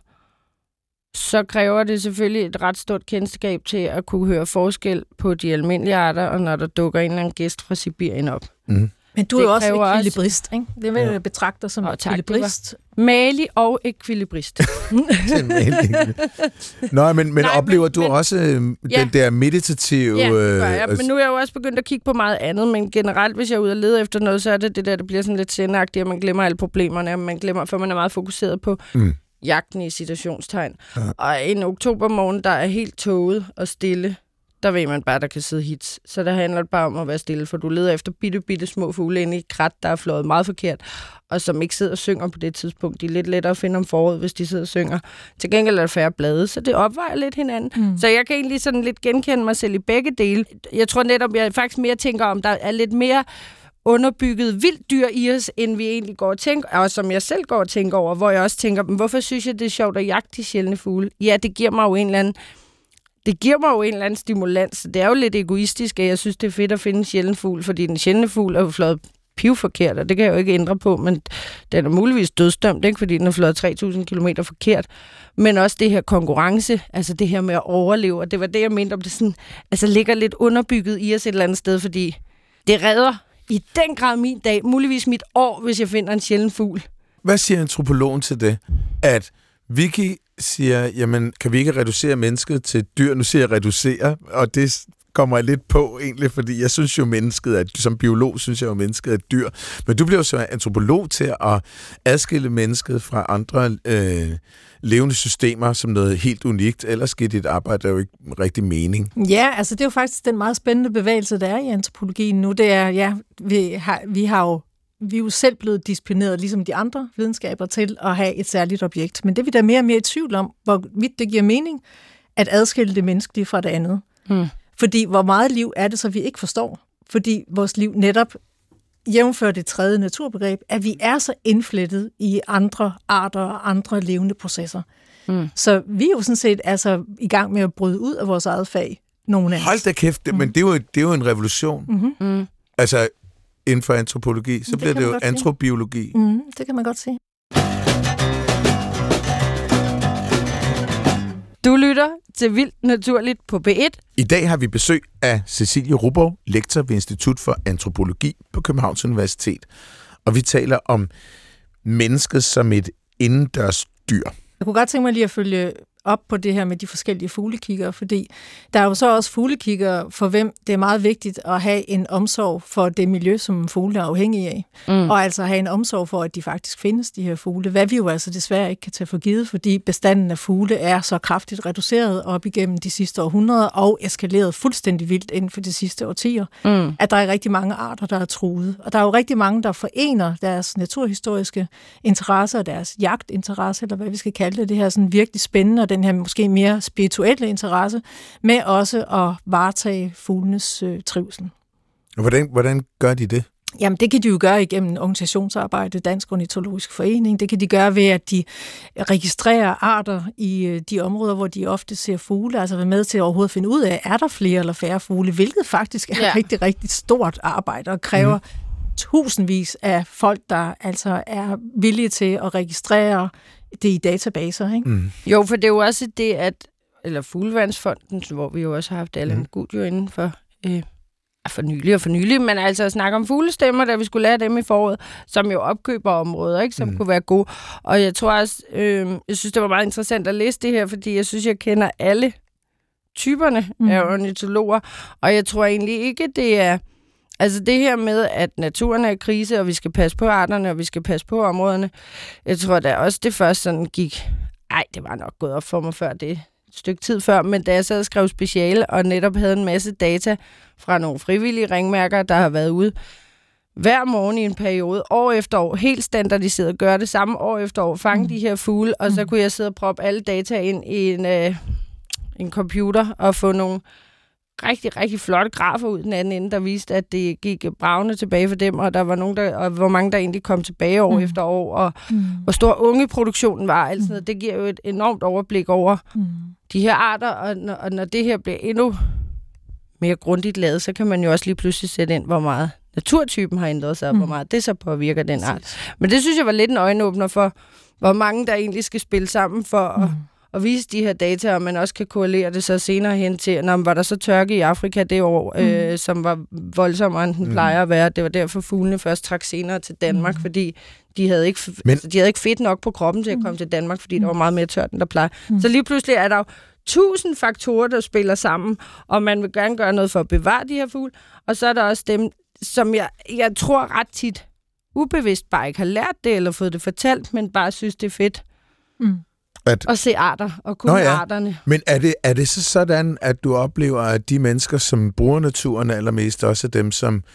så kræver det selvfølgelig et ret stort kendskab til at kunne høre forskel på de almindelige arter, og når der dukker en eller anden gæst fra Sibirien op. Mm. Men du er jo også ekvilibrist, ikke? Det er vel, ja. betragter som oh, ekvilibrist. Mali og ekvilibrist. Nå, men, men Nej, oplever men, du men, også øh, ja. den der meditative... Ja, det gør jeg. Men nu er jeg jo også begyndt at kigge på meget andet, men generelt, hvis jeg er ude og lede efter noget, så er det det der, der bliver sådan lidt sendagtigt, at man glemmer alle problemerne, og man glemmer, for man er meget fokuseret på... Mm. jagten i citationstegn. Ja. Og en oktobermorgen, der er helt tåget og stille, der ved man bare, der kan sidde hits. Så der handler det bare om at være stille, for du leder efter bitte, bitte små fugle inde i et krat, der er flået meget forkert, og som ikke sidder og synger på det tidspunkt. De er lidt lettere at finde om foråret, hvis de sidder og synger. Til gengæld er der færre blade, så det opvejer lidt hinanden. Mm. Så jeg kan egentlig sådan lidt genkende mig selv i begge dele. Jeg tror netop, jeg faktisk mere tænker om, der er lidt mere underbygget vildt dyr i os, end vi egentlig går og tænker, og som jeg selv går og tænker over, hvor jeg også tænker, hvorfor synes jeg, det er sjovt at jagte de sjældne fugle? Ja, det giver mig jo en eller anden Det giver mig jo en eller anden stimulans. Det er jo lidt egoistisk, at jeg synes, det er fedt at finde en sjælden fugl, fordi den sjældne fugl er jo flået pivforkert, og det kan jeg jo ikke ændre på, men den er muligvis dødsdømt, ikke? Fordi den er flået tre tusind kilometer forkert. Men også det her konkurrence, altså det her med at overleve, og det var det, jeg mente om det sådan, altså ligger lidt underbygget i os et eller andet sted, fordi det redder i den grad min dag, muligvis mit år, hvis jeg finder en sjælden fugl. Hvad siger antropologen til det? At Vicky siger, jamen, kan vi ikke reducere mennesket til dyr? Nu siger jeg reducere, og det kommer jeg lidt på egentlig, fordi jeg synes jo mennesket, at som biolog synes jeg jo mennesket er et dyr. Men du bliver jo så antropolog til at adskille mennesket fra andre øh, levende systemer som noget helt unikt. Ellers giver dit arbejde jo ikke rigtig mening. Ja, altså det er jo faktisk den meget spændende bevægelse, der er i antropologien nu. Det er, ja, vi har, vi har jo Vi er jo selv blevet disciplineret, ligesom de andre videnskaber, til at have et særligt objekt. Men det er vi da mere og mere i tvivl om, hvorvidt det giver mening at adskille det menneskelige fra det andet. Hmm. Fordi hvor meget liv er det, så vi ikke forstår? Fordi vores liv netop jævnfører det tredje naturbegreb, at vi er så indflettet i andre arter og andre levende processer. Hmm. Så vi er jo sådan set altså i gang med at bryde ud af vores eget fag. Nogle af os. Hold da kæft, hmm. men det er, jo, det er jo en revolution. Mm-hmm. Hmm. Altså inden for antropologi, så det bliver det jo antrobiologi. Mm, det kan man godt se. Du lytter til Vildt Naturligt på B et. I dag har vi besøg af Cecilie Rubov, lektor ved Institut for Antropologi på Københavns Universitet. Og vi taler om mennesket som et indendørs dyr. Jeg kunne godt tænke mig lige at følge op på det her med de forskellige fuglekiggere, fordi der er jo så også fuglekiggere, for hvem det er meget vigtigt at have en omsorg for det miljø, som fugle er afhængige af. Mm. Og altså have en omsorg for, at de faktisk findes, de her fugle. Hvad vi jo altså desværre ikke kan tage for givet, fordi bestanden af fugle er så kraftigt reduceret op igennem de sidste århundreder, og eskaleret fuldstændig vildt inden for de sidste årtier, mm. at der er rigtig mange arter, der er truet. Og der er jo rigtig mange, der forener deres naturhistoriske interesser, deres jagtinteresse, eller hvad vi skal kalde det, det her sådan virkelig spændende, og den her måske mere spirituelle interesse, med også at varetage fuglenes øh, trivsel. Hvordan, hvordan gør de det? Jamen, det kan de jo gøre igennem organisationsarbejde, Dansk Ornitologisk Forening. Det kan de gøre ved, at de registrerer arter i de områder, hvor de ofte ser fugle, altså være med til at overhovedet finde ud af, er der flere eller færre fugle, hvilket faktisk er ja. rigtig, rigtig stort arbejde og kræver mm. tusindvis af folk, der altså er villige til at registrere det i databaser, ikke? Mm. Jo, for det er jo også det, at eller Fugleværnsfonden, hvor vi jo også har haft Allan mm. Gud inden for øh, for nylig og for nylig, men altså at snakke om fuglestemmer, da vi skulle lære dem i foråret, som jo opkøber områder, ikke, som mm. kunne være gode. Og jeg tror også, øh, jeg synes, det var meget interessant at læse det her, fordi jeg synes, jeg kender alle typerne mm. af ornitologer, og jeg tror egentlig ikke, det er altså det her med, at naturen er i krise, og vi skal passe på arterne, og vi skal passe på områderne. Jeg tror da også, det først sådan gik, ej, det var nok gået op for mig før det, et stykke tid før, men da jeg så og skrev speciale, og netop havde en masse data fra nogle frivillige ringmærker, der har været ude hver morgen i en periode, år efter år, helt standardiseret, gøre det samme år efter år, fange mm. de her fugle, og så kunne jeg sidde og proppe alle data ind i en, øh, en computer, og få nogle rigtig, rigtig flotte grafer ud den anden ende, der viste, at det gik bravende tilbage for dem, og der var nogen, der, og hvor mange der egentlig kom tilbage år mm. efter år, og mm. hvor stor ungeproduktionen var. Altså, mm. det giver jo et enormt overblik over mm. de her arter, og når, og når det her bliver endnu mere grundigt lavet, så kan man jo også lige pludselig sætte ind, hvor meget naturtypen har ændret sig, og mm. hvor meget det så påvirker den art. Men det synes jeg var lidt en øjenåbner for, hvor mange der egentlig skal spille sammen for mm. at og vise de her data, og man også kan korrelere det så senere hen til, når var der så tørke i Afrika det år, mm. øh, som var voldsommere, end den mm. plejer at være. Det var derfor fuglene først trak senere til Danmark, mm. fordi de havde, ikke, Men... altså, de havde ikke fedt nok på kroppen til at komme til Danmark, fordi mm. der var meget mere tørt, end der plejer. Mm. Så lige pludselig er der jo tusind faktorer, der spiller sammen, og man vil gerne gøre noget for at bevare de her fugle, og så er der også dem, som jeg, jeg tror ret tit ubevidst bare ikke har lært det, eller fået det fortalt, men bare synes, det er fedt. Mm. At... Og se arter, og kunne ja. arterne. Men er det, er det så sådan, at du oplever, at de mennesker, som bruger naturen allermest, også er dem, som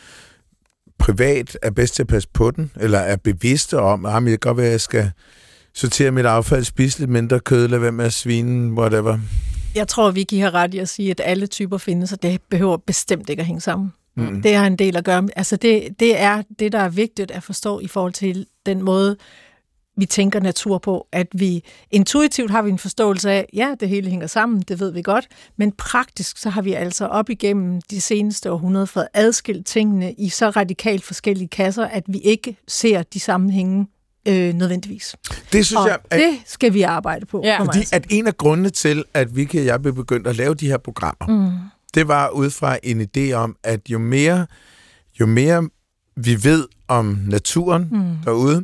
privat er bedst til at passe på den, eller er bevidste om, at det kan godt være, at jeg skal sortere mit affald, spise lidt mindre kød, lade være med at svine, whatever? Jeg tror, Vicky har ret i at sige, at alle typer findes, og det behøver bestemt ikke at hænge sammen. Mm. Det har en del at gøre. Altså det, det er det, der er vigtigt at forstå i forhold til den måde, vi tænker natur på, at vi intuitivt har vi en forståelse af, ja, det hele hænger sammen, det ved vi godt, men praktisk så har vi altså op igennem de seneste århundreder fået adskilt tingene i så radikalt forskellige kasser, at vi ikke ser de sammenhænge øh, nødvendigvis. Det synes og jeg, at, det skal vi arbejde på. Ja. Fordi at en af grundene til, at Vicky og jeg blev begyndt at lave de her programmer, mm. det var ud fra en idé om, at jo mere, jo mere vi ved om naturen mm. derude,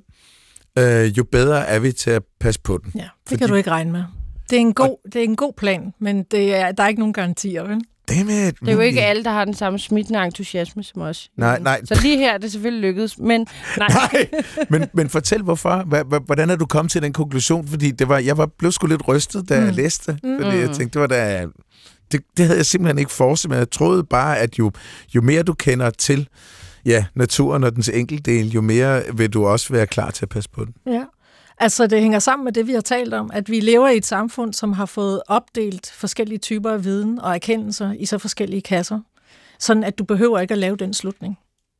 Øh, jo bedre er vi til at passe på den. Ja, det Fordi... kan du ikke regne med. Det er en god, det er en god plan, men det er, der er ikke nogen garantier, vel? Dammit, det er jo ikke alle, der har den samme smittende entusiasme som os. Nej, nej. Så lige her er det selvfølgelig lykkedes, men nej. nej men, men fortæl hvorfor. Hvordan er du kommet til den konklusion? Fordi det var, jeg var, blev sgu lidt rystet, da mm. jeg læste. Mm. Fordi jeg tænkte, det var da... Det, det havde jeg simpelthen ikke forestillet, men jeg troede bare, at jo, jo mere du kender til ja, naturen og dens enkeltdel, jo mere vil du også være klar til at passe på den. Ja, altså det hænger sammen med det, vi har talt om, at vi lever i et samfund, som har fået opdelt forskellige typer af viden og erkendelser i så forskellige kasser, sådan at du behøver ikke at lave den slutning.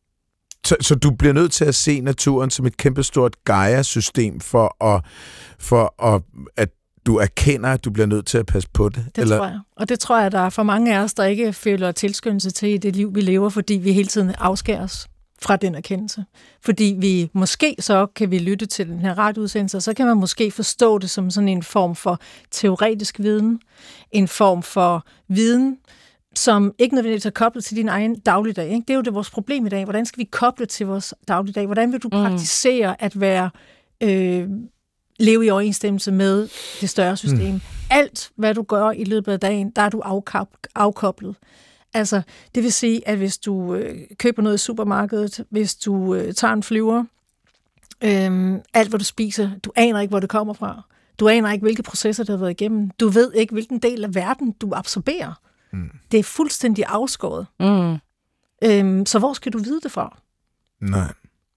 Så, så du bliver nødt til at se naturen som et kæmpestort Gaia-system for, at, for at, at du erkender, at du bliver nødt til at passe på det? Det eller? tror jeg. Og det tror jeg, der er for mange af os, der ikke føler tilskyndelse til i det liv, vi lever, fordi vi hele tiden afskærer os fra den erkendelse. Fordi vi måske så kan vi lytte til den her radioudsendelse, og så kan man måske forstå det som sådan en form for teoretisk viden, en form for viden, som ikke nødvendigvis er koblet til din egen dagligdag. Ikke? Det er jo det vores problem i dag. Hvordan skal vi koble til vores dagligdag? Hvordan vil du mm. praktisere at være... Øh, leve i overensstemmelse med det større system. Mm. Alt, hvad du gør i løbet af dagen, der er du afkab- afkoblet. Altså, det vil sige, at hvis du øh, køber noget i supermarkedet, hvis du øh, tager en flyver, øh, alt, hvad du spiser, du aner ikke, hvor det kommer fra. Du aner ikke, hvilke processer, der har været igennem. Du ved ikke, hvilken del af verden, du absorberer. Mm. Det er fuldstændig afskåret. Mm. Øh, så hvor skal du vide det fra? Nej.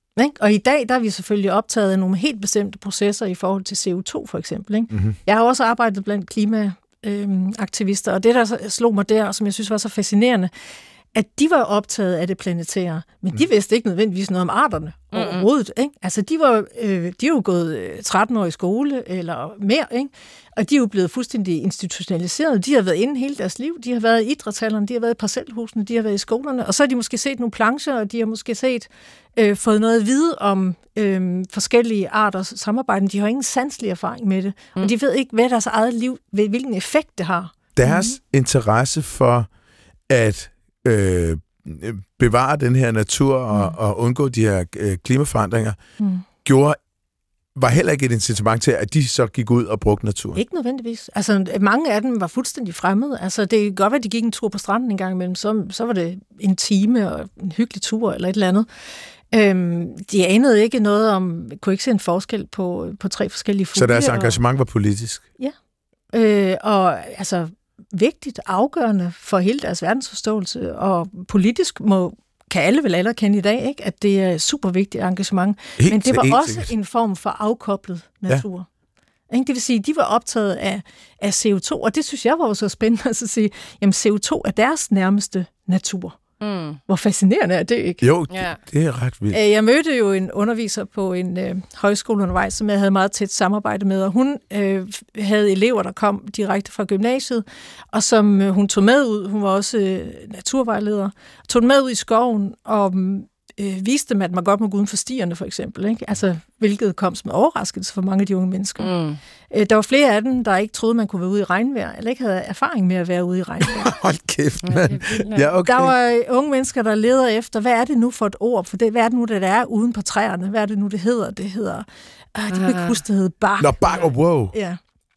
Og i dag der er vi selvfølgelig optaget af nogle helt bestemte processer i forhold til C O to for eksempel. Ikke? Mm-hmm. Jeg har også arbejdet blandt klimaaktivister, og det der slog mig der, som jeg synes var så fascinerende, at de var optaget af det planetære, men de vidste ikke nødvendigvis noget om arterne mm-hmm. overhovedet. Ikke? Altså de var øh, de er jo gået tretten år i skole eller mere, ikke? Og de er jo blevet fuldstændig institutionaliseret. De har været inde hele deres liv. De har været i idrætshallerne, de har været i parcelhusene, de har været i skolerne, og så har de måske set nogle plancher, og de har måske set øh, fået noget at vide om øh, forskellige arters samarbejde. De har ingen sanselig erfaring med det, mm. og de ved ikke, hvad deres eget liv, hvilken effekt det har. Deres mm. interesse for at øh, bevare den her natur og, mm. og undgå de her øh, klimaforandringer, mm. gjorde var heller ikke et incitament til, at de så gik ud og brugte naturen. Ikke nødvendigvis. Altså, mange af dem var fuldstændig fremmede. Altså, det kan godt være, at de gik en tur på stranden en gang imellem, så, så var det en time og en hyggelig tur eller et eller andet. Øhm, de anede ikke noget om, kunne ikke se en forskel på, på tre forskellige fugle. Så deres engagement og, var politisk? Ja. Øh, og altså, vigtigt, afgørende for hele deres verdensforståelse, og politisk må kan alle vel alle kende i dag, ikke? At det er super vigtigt engagement. Helt, men det var helt, også sikkert. En form for afkoblet natur. Ja. Det vil sige, at de var optaget af, af C O to, og det synes jeg var så spændende at sige, jamen C O to er deres nærmeste natur. Mm. Hvor fascinerende er det, ikke? Jo, det, ja. det er ret vildt. Jeg mødte jo en underviser på en øh, højskole undervejs, som jeg havde meget tæt samarbejde med, og hun øh, havde elever, der kom direkte fra gymnasiet, og som øh, hun tog med ud, hun var også øh, naturvejleder, tog med ud i skoven og øh, viste dem, at man godt må gå uden for stierne, for eksempel. Ikke? Altså, hvilket kom som overraskelse for mange af de unge mennesker. Mm. Øh, der var flere af dem, der ikke troede, man kunne være ude i regnvejr, eller ikke havde erfaring med at være ude i regnvejr. Hold kæft, mand. Ja, okay. Der var unge mennesker, der leder efter, hvad er det nu for et ord? For det, hvad er det nu, det er uden på træerne? Hvad er det nu, det hedder? Det hedder... Øh, det kan ikke huske, det hedder bark. Nå, bark, oh, wow. Ja.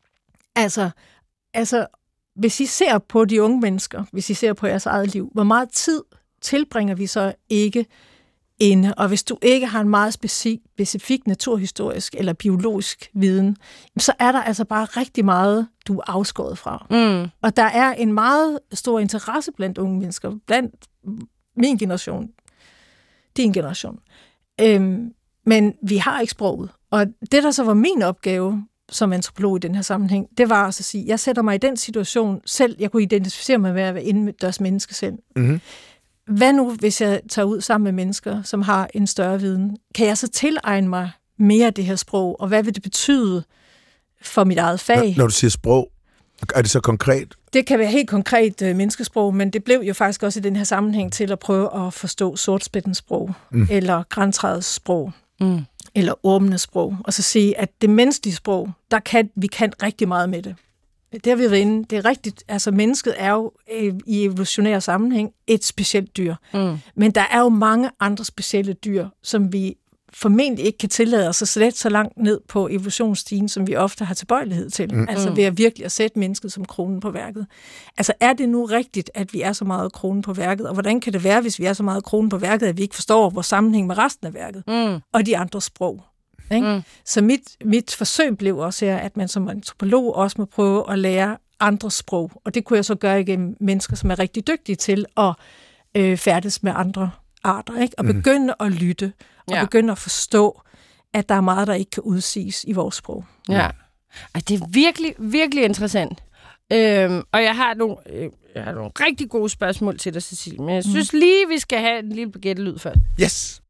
Altså, altså, hvis I ser på de unge mennesker, hvis I ser på jeres eget liv, hvor meget tid tilbringer vi så ikke inde. Og hvis du ikke har en meget specifik, specifik naturhistorisk eller biologisk viden, så er der altså bare rigtig meget, du er afskåret fra. Mm. Og der er en meget stor interesse blandt unge mennesker, blandt min generation, din generation. Øhm, men vi har ikke sproget. Og det, der så var min opgave som antropolog i den her sammenhæng, det var altså at sige, jeg sætter mig i den situation selv, jeg kunne identificere mig med at være indendørs menneske selv. Mm-hmm. Hvad nu, hvis jeg tager ud sammen med mennesker, som har en større viden? Kan jeg så tilegne mig mere af det her sprog, og hvad vil det betyde for mit eget fag? Når, når du siger sprog, er det så konkret? Det kan være helt konkret øh, menneskesprog, men det blev jo faktisk også i den her sammenhæng til at prøve at forstå sortspættens sprog, mm. eller grantræets sprog, mm. eller ormenes sprog, og så sige, at det menneskelige sprog, der kan vi kan rigtig meget med det. Det har vi været inde. Det er rigtigt. Altså, mennesket er jo øh, i evolutionær sammenhæng et specielt dyr. Mm. Men der er jo mange andre specielle dyr, som vi formentlig ikke kan tillade os at slet så langt ned på evolutionsstigen, som vi ofte har tilbøjelighed til. Mm. Altså ved at virkelig at sætte mennesket som kronen på værket. Altså, er det nu rigtigt, at vi er så meget kronen på værket? Og hvordan kan det være, hvis vi er så meget kronen på værket, at vi ikke forstår vores sammenhæng med resten af værket? Mm. Og de andre sprog? Mm. Så mit, mit forsøg blev også her, at man som antropolog også må prøve at lære andre sprog. Og det kunne jeg så gøre igennem mennesker, som er rigtig dygtige til at øh, færdes med andre arter. Ikke? Og mm. begynde at lytte, og ja. begynde at forstå, at der er meget, der ikke kan udsiges i vores sprog. Ja, og det er virkelig, virkelig interessant. Øhm, og jeg har, nogle, øh, jeg har nogle rigtig gode spørgsmål til dig, Cecilie. Men jeg synes mm. lige, vi skal have en lille baguette-lyd først. Yes!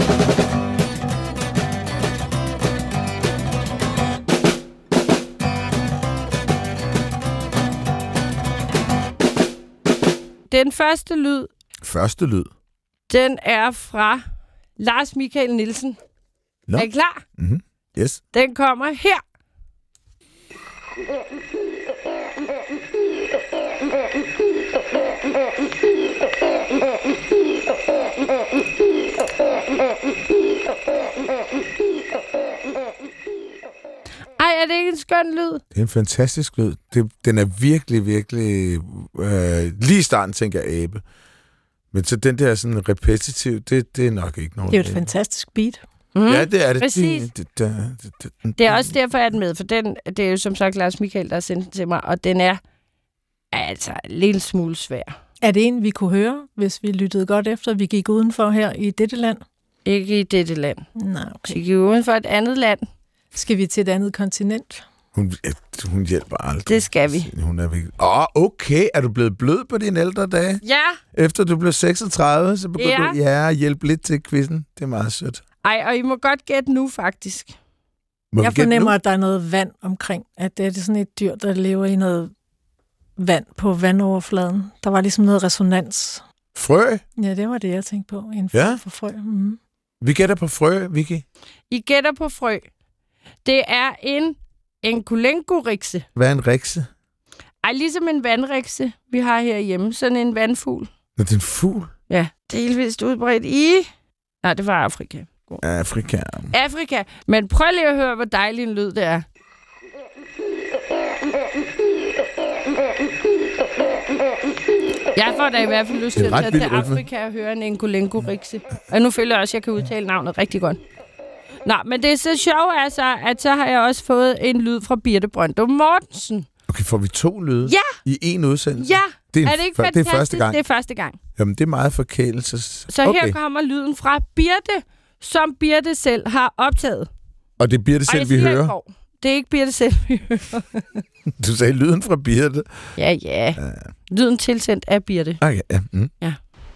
Den første lyd, Første lyd. den er fra Lars Michael Nielsen. Nå. Er I klar? Mm-hmm. Yes. Den kommer her. Ej, er det ikke en skøn lyd? Det er en fantastisk lyd. Det, den er virkelig, virkelig... Øh, lige i starten tænker jeg abe. Men så den der sådan repetitiv, det, det er nok ikke nogen... Det er jo et fantastisk beat. Mm. Ja, det er det. Præcis. Det, det, det, det, det, det er også derfor, jeg er den med, for den, det er jo som sagt Lars Michael, der har sendt den til mig, og den er altså en lille smule svær. Er det en, vi kunne høre, hvis vi lyttede godt efter, vi gik udenfor her i dette land? Ikke i dette land. Nej, okay. Vi gik udenfor et andet land. Skal vi til et andet kontinent? Hun, hun hjælper aldrig. Det skal vi. Hun er virkelig... Åh, oh, okay. Er du blevet blød på dine ældre dage? Ja. Efter du blev seksogtredive, så begyndte ja. du ja, hjælpe lidt til quizzen. Det er meget sødt. Ej, og I må godt gætte nu, faktisk. Må jeg fornemmer, at der er noget vand omkring. At det er sådan et dyr, der lever i noget vand på vandoverfladen. Der var ligesom noget resonans. Frø? Ja, det var det, jeg tænkte på. En ja. for frø. Mm. Vi gætter på frø, Vicky. I gætter på frø. Det er en enkulenko-rikse. Hvad er en rikse? Ej, ligesom en vandrikse, vi har herhjemme. Sådan en vandfugl. Nå, det er en fugl? Ja, delvist udbredt i... Nej, det var Afrika. God. Afrika. Afrika. Men prøv lige at høre, hvor dejlig en lyd det er. Jeg får da i hvert fald lyst til at tage til Afrika og høre en enkulenko-rikse. Og nu føler jeg også, at jeg kan udtale navnet rigtig godt. Nå, men det er så sjovt, altså, at så har jeg også fået en lyd fra Birte Brøndum Mortensen. Okay, får vi to lyde ja. i én udsendelse? Ja, det er, er det ikke fantastisk? Det er første gang. Det er første gang. Jamen, det er meget forkælelse. Så okay. her kommer lyden fra Birte, som Birte selv har optaget. Og det er Birte selv, vi hører? Går. Det er ikke Birte selv, vi hører. Du sagde lyden fra Birte? Ja, ja. ja. Lyden tilsendt af Birte. Okay, ja. Mm. Ja.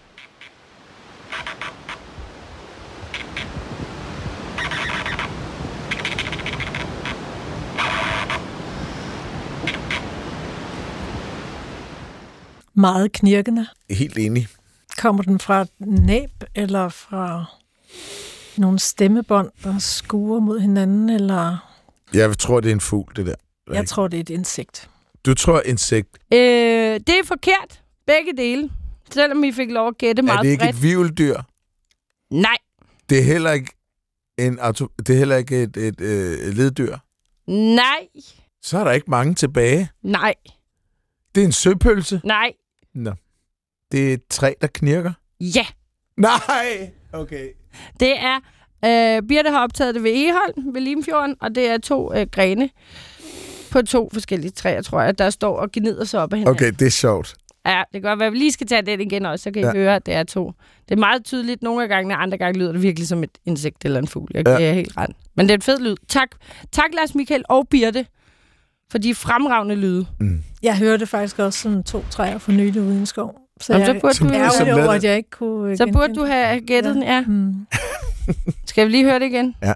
Meget knirkende. Helt enig. Kommer den fra et næb, eller fra nogle stemmebånd, der skuer mod hinanden, eller... Jeg tror, det er en fugl, det der. Jeg ikke? tror, det er et insekt. Du tror insekt? Øh, det er forkert. Begge dele. Selvom I fik lov at gætte meget bredt. Er det ikke bredt. Et hvirveldyr? Nej. Det er heller ikke, en auto... det er heller ikke et, et, et, et leddyr? Nej. Så er der ikke mange tilbage? Nej. Det er en søpølse? Nej. Nå. Det er et træ, der knirker? Ja. Nej! Okay. Det er, øh, Birte har optaget det ved Egholm, ved Limfjorden, og det er to øh, grene på to forskellige træer, tror jeg, der står og gnider sig op af hinanden. Okay, det er sjovt. Ja, det kan godt være, at vi lige skal tage den igen også, så kan I ja. høre, at det er to. Det er meget tydeligt nogle af gangene, andre gange lyder det virkelig som et insekt eller en fugl. Jeg ja. er helt ret. Men det er et fed lyd. Tak, tak Lars Michael og Birte, for de fremragende lyde. Mm. Jeg hørte faktisk også sådan to træer for nylig ude i en skov. Så, Jamen, jeg, så burde som, du ærgerlig over, at jeg ikke kunne Så burde du have gættet ja. den, ja. Mm. Skal vi lige høre det igen? Ja.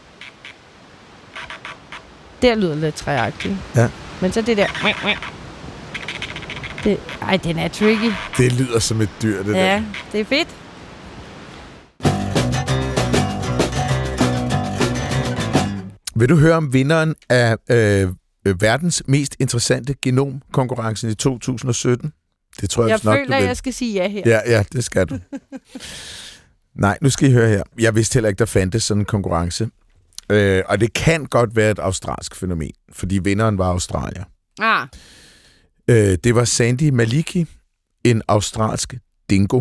Der lyder lidt træagtigt. Ja. Men så det der... Det, ej, den er tricky. Det lyder som et dyr, det ja, der. Ja, det er fedt. Vil du høre om vinderen af øh, verdens mest interessante genomkonkurrencen i to tusind og sytten? Det tror jeg, jeg nok, føler, at jeg skal sige ja her. Ja, ja, det skal du. Nej, nu skal I høre her. Jeg vidste heller ikke, der fandtes sådan en konkurrence. Øh, og det kan godt være et australsk fænomen, fordi vinderen var australier. Ah. Øh, det var Sandy Maliki, en australsk dingo.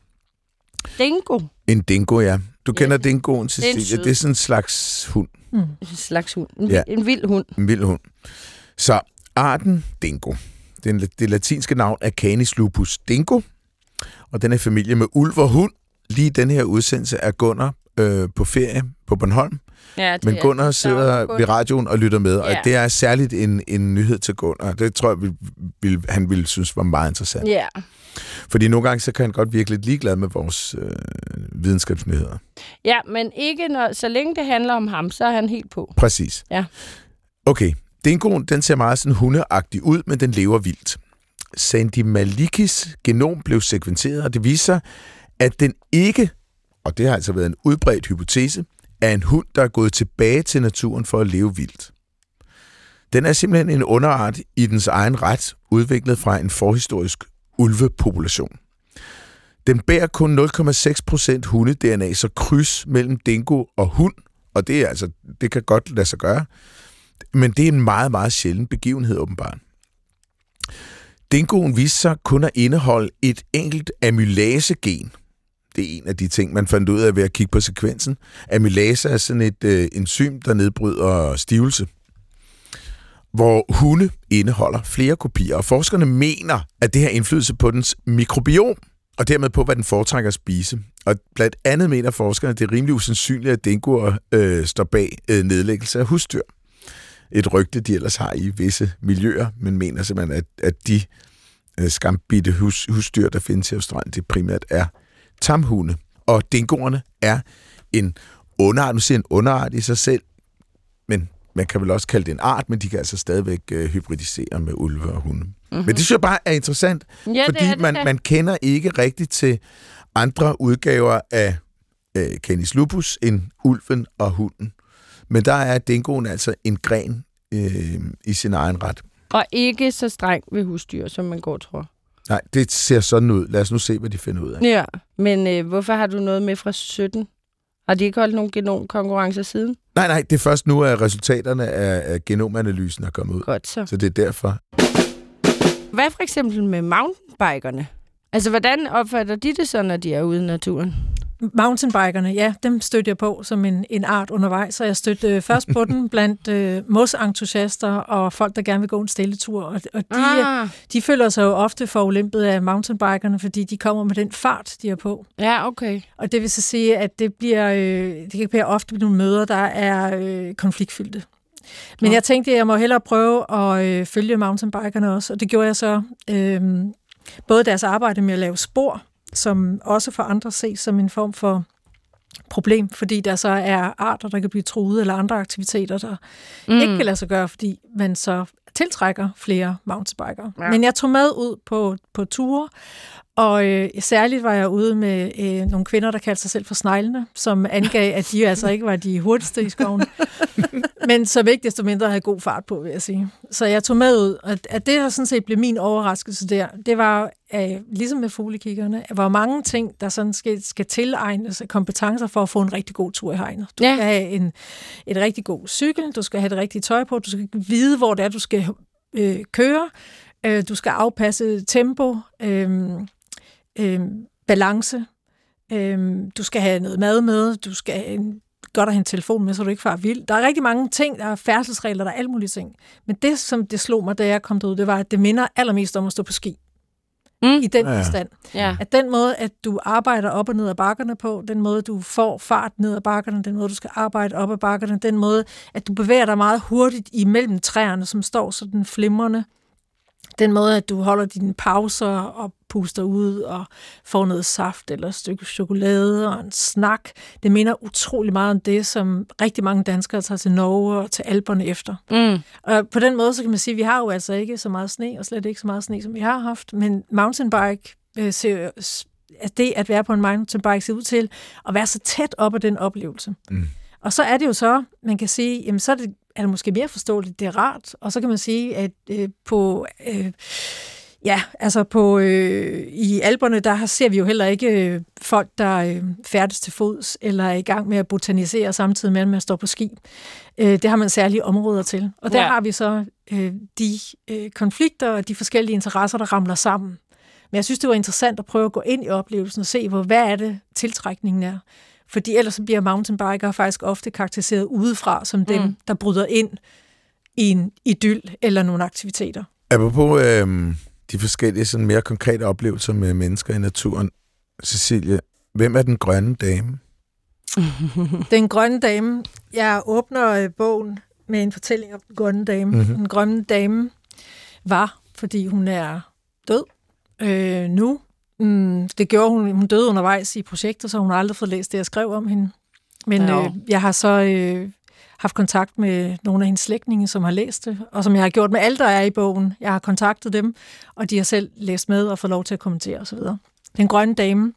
Dingo? En dingo, ja. Du kender ja. dingoen, Cecilie. Det er, det er sådan en slags hund. Mm. En slags hund. En, ja. en vild hund. En vild hund. Så arten dingo. Det, det latinske navn er Canis lupus dingo, og den er familie med ulv og hund. Lige den her udsendelse er Gunnar øh, på ferie på Bornholm. Ja, men Gunnar sidder Gunnar. ved radioen og lytter med, og ja. det er særligt en, en nyhed til Gunnar. Det tror jeg, vil, vil, han ville synes var meget interessant. Ja. Fordi nogle gange så kan han godt virke lidt ligeglad med vores øh, videnskabsnyheder. Ja, men ikke når, så længe det handler om ham, så er han helt på. Præcis. Ja. Okay, dingoen, den ser meget sådan hundeagtig ud, men den lever vildt. Sandy Malikis genom blev sekventeret, og det viser sig, at den ikke, og det har altså været en udbredt hypotese, er en hund, der er gået tilbage til naturen for at leve vildt. Den er simpelthen en underart i dens egen ret, udviklet fra en forhistorisk ulvepopulation. Den bærer kun nul komma seks procent hunde-D N A, så kryds mellem dingo og hund, og det er altså, det kan godt lade sig gøre, men det er en meget, meget sjælden begivenhed åbenbart. Dingoen viste sig kun at indeholde et enkelt amylase-gen. Det er en af de ting, man fandt ud af ved at kigge på sekvensen. Amylase er sådan et øh, enzym, der nedbryder stivelse, hvor hunde indeholder flere kopier. Og forskerne mener, at det har indflydelse på dens mikrobiom, og dermed på, hvad den foretrækker at spise. Og blandt andet mener forskerne, at det er rimelig usandsynligt, at dingoer øh, står bag øh, nedlæggelse af husdyr. Et rygte, de ellers har i visse miljøer, men mener simpelthen, at, at de øh, skambitte hus, husdyr, der findes i Australien, det primært er tamhunde. Og dingoerne er en underart, nu siger en underart i sig selv, men man kan vel også kalde det en art, men de kan altså stadigvæk øh, hybridisere med ulve og hunde. Mm-hmm. Men det synes jeg bare er interessant, ja, fordi det det, man, man kender ikke rigtigt til andre udgaver af øh, Canis lupus end ulven og hunden. Men der er dingoen altså en gren øh, i sin egen ret. Og ikke så streng ved husdyr, som man går tror. Nej, det ser sådan ud. Lad os nu se, hvad de finder ud af. Ja, men øh, hvorfor har du noget med fra sytten? Har de ikke holdt nogen genomkonkurrencer siden? Nej, nej, det er først nu, at resultaterne af, af genomanalysen er kommet ud. Godt så. Så det er derfor. Hvad for eksempel med mountainbikerne? Altså, hvordan opfatter de det så, når de er ude i naturen? Mountainbikerne, ja, dem stødte jeg på som en, en art undervejs, så jeg stødte øh, først på den blandt øh, mosentusiaster og folk, der gerne vil gå en stille tur, og, og de, ah. de føler sig jo ofte forulæmpet af mountainbikerne, fordi de kommer med den fart, de er på. Ja, okay. Og det vil så sige, at det bliver, øh, det kan blive ofte nogle møder, der er øh, konfliktfyldte. Men ja. jeg tænkte, at jeg må hellere prøve at øh, følge mountainbikerne også, og det gjorde jeg så øh, både deres arbejde med at lave spor, som også for andre ses som en form for problem, fordi der så er arter, der kan blive truet, eller andre aktiviteter, der mm. ikke kan lade sig gøre, fordi man så tiltrækker flere mountainbikere. Ja. Men jeg tog med ud på, på ture, og øh, særligt var jeg ude med øh, nogle kvinder, der kaldte sig selv for sneglene, som angav, at de altså ikke var de hurtigste i skoven, men som ikke desto mindre havde god fart på, vil jeg sige. Så jeg tog med ud, og at det, der sådan set blev min overraskelse der, det var, øh, ligesom med fuglekiggerne, at hvor mange ting, der sådan skal, skal tilegnes kompetencer for at få en rigtig god tur i hegnet. Du ja. skal have en, et rigtig god cykel, du skal have det rigtige tøj på, du skal vide, hvor det er, du skal øh, køre, øh, du skal afpasse tempo, øh, Øh, balance, Øhm, du skal have noget mad med, du skal have en, godt at have en telefon med, så du ikke farer vild. Der er rigtig mange ting, der er færdselsregler, der er alle mulige ting. Men det, som det slog mig, da jeg kom derud, det var, at det minder allermest om at stå på ski. Mm. I den ja, ja. forstand. Ja. At den måde, at du arbejder op og ned ad bakkerne på, den måde, du får fart ned ad bakkerne, den måde, du skal arbejde op ad bakkerne, den måde, at du bevæger dig meget hurtigt imellem træerne, som står sådan flimrende. Den måde, at du holder dine pauser og puster ud og får noget saft eller et stykke chokolade og en snak. Det minder utrolig meget om det, som rigtig mange danskere tager til Norge og til Alperne efter. Mm. Og på den måde, så kan man sige, at vi har jo altså ikke så meget sne, og slet ikke så meget sne, som vi har haft, men mountainbike øh, ser, at det at være på en mountainbike ser ud til at være så tæt op ad den oplevelse. Mm. Og så er det jo så, man kan sige, jamen så er det, er det måske mere forståeligt, det er rart. Og så kan man sige, at øh, på, øh, ja, altså på, øh, i Alperne, der ser vi jo heller ikke øh, folk, der øh, færdes til fods, eller er i gang med at botanisere samtidig med, at man står på ski. Øh, det har man særlige områder til. Og der ja. har vi så øh, de øh, konflikter og de forskellige interesser, der ramler sammen. Men jeg synes, det var interessant at prøve at gå ind i oplevelsen og se, hvor, hvad er det, tiltrækningen er. Fordi ellers bliver mountainbikere faktisk ofte karakteriseret udefra som dem, mm. der bryder ind i en idyll eller nogle aktiviteter. Apropos øh, de forskellige sådan mere konkrete oplevelser med mennesker i naturen, Cecilie, hvem er den grønne dame? Den grønne dame. Jeg åbner øh, bogen med en fortælling om den grønne dame. Mm-hmm. Den grønne dame var, fordi hun er død øh, nu. Mm, det gjorde hun. Hun døde undervejs i projektet, så hun har aldrig fået læst det, jeg skrev om hende. Men øh, jeg har så øh, haft kontakt med nogle af hendes slægtninge, som har læst det, og som jeg har gjort med alle, der er i bogen. Jeg har kontaktet dem, og de har selv læst med og fået lov til at kommentere osv. Den grønne dame,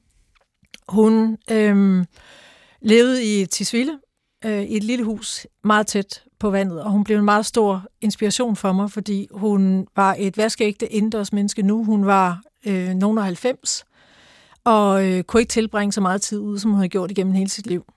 hun øh, levede i Tisvilde, øh, i et lille hus meget tæt på vandet, og hun blev en meget stor inspiration for mig, fordi hun var et vaskeægte indendørs menneske nu. Hun var øh, nogen af halvfems, og øh, kunne ikke tilbringe så meget tid ude, som hun havde gjort igennem hele sit liv.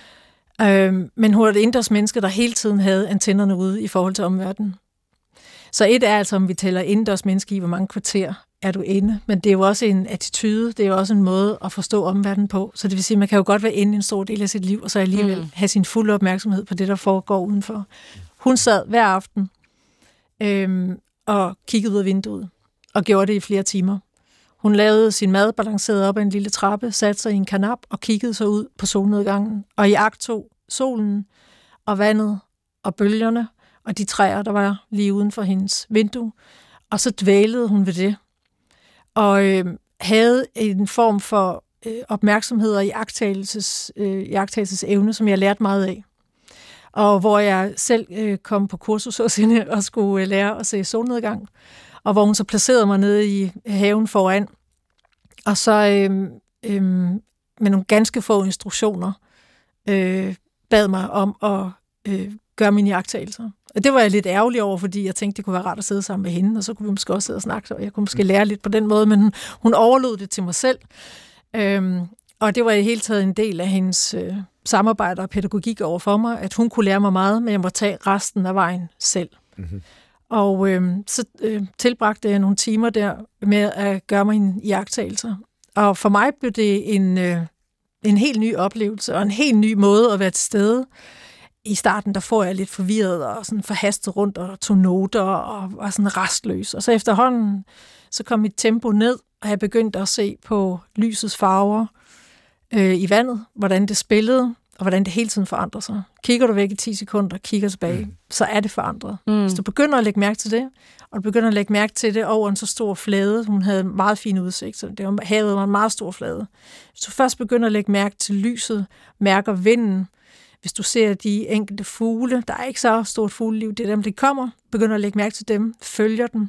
Øh, men hun var et indendørs menneske, der hele tiden havde antennerne ude i forhold til omverdenen. Så et er altså, om vi tæller indendørs menneske i, hvor mange kvarter er du inde, men det er jo også en attitude, det er jo også en måde at forstå omverdenen på. Så det vil sige, man kan jo godt være inde i en stor del af sit liv, og så alligevel mm. have sin fulde opmærksomhed på det, der foregår udenfor. Hun sad hver aften øhm, og kiggede ud af vinduet, og gjorde det i flere timer. Hun lavede sin mad, balancerede op ad en lille trappe, satte sig i en kanap og kiggede så ud på solnedgangen, og i akt tog solen og vandet og bølgerne og de træer, der var lige uden for hendes vindue, og så dvælede hun ved det. Og øh, havde en form for øh, opmærksomhed og iagttagelses, øh, iagttagelsesevne, som jeg lærte meget af. Og hvor jeg selv øh, kom på kursus hos hende og skulle øh, lære at se solnedgang. Og hvor hun så placerede mig nede i haven foran. Og så øh, øh, med nogle ganske få instruktioner øh, bad mig om at øh, gøre mine iagttagelser. Og det var jeg lidt ærgerlig over, fordi jeg tænkte, det kunne være rart at sidde sammen med hende, og så kunne vi måske også sidde og snakke, og jeg kunne måske lære lidt på den måde, men hun overlod det til mig selv. Øhm, og det var i hele taget en del af hendes øh, samarbejde og pædagogik over for mig, at hun kunne lære mig meget, men jeg må tage resten af vejen selv. Mm-hmm. Og øh, så øh, tilbragte jeg nogle timer der med at gøre mig en iagttagelser. Og for mig blev det en, øh, en helt ny oplevelse, og en helt ny måde at være til stede. I starten, der får jeg lidt forvirret og sådan forhastet rundt og tog noter og var sådan restløs. Og så efterhånden, så kom mit tempo ned, og jeg begyndte at se på lysets farver øh, i vandet, hvordan det spillede, og hvordan det hele tiden forandrer sig. Kigger du væk i ti sekunder og kigger tilbage, mm. så er det forandret. Mm. Hvis du begynder at lægge mærke til det, og du begynder at lægge mærke til det over en så stor flade, hun havde meget fin udsigt, så det var, havet var en meget stor flade. Hvis du først begynder at lægge mærke til lyset, mærker vinden, hvis du ser de enkelte fugle, der er ikke så stort fugleliv, det er dem, der kommer, begynder at lægge mærke til dem, følger dem,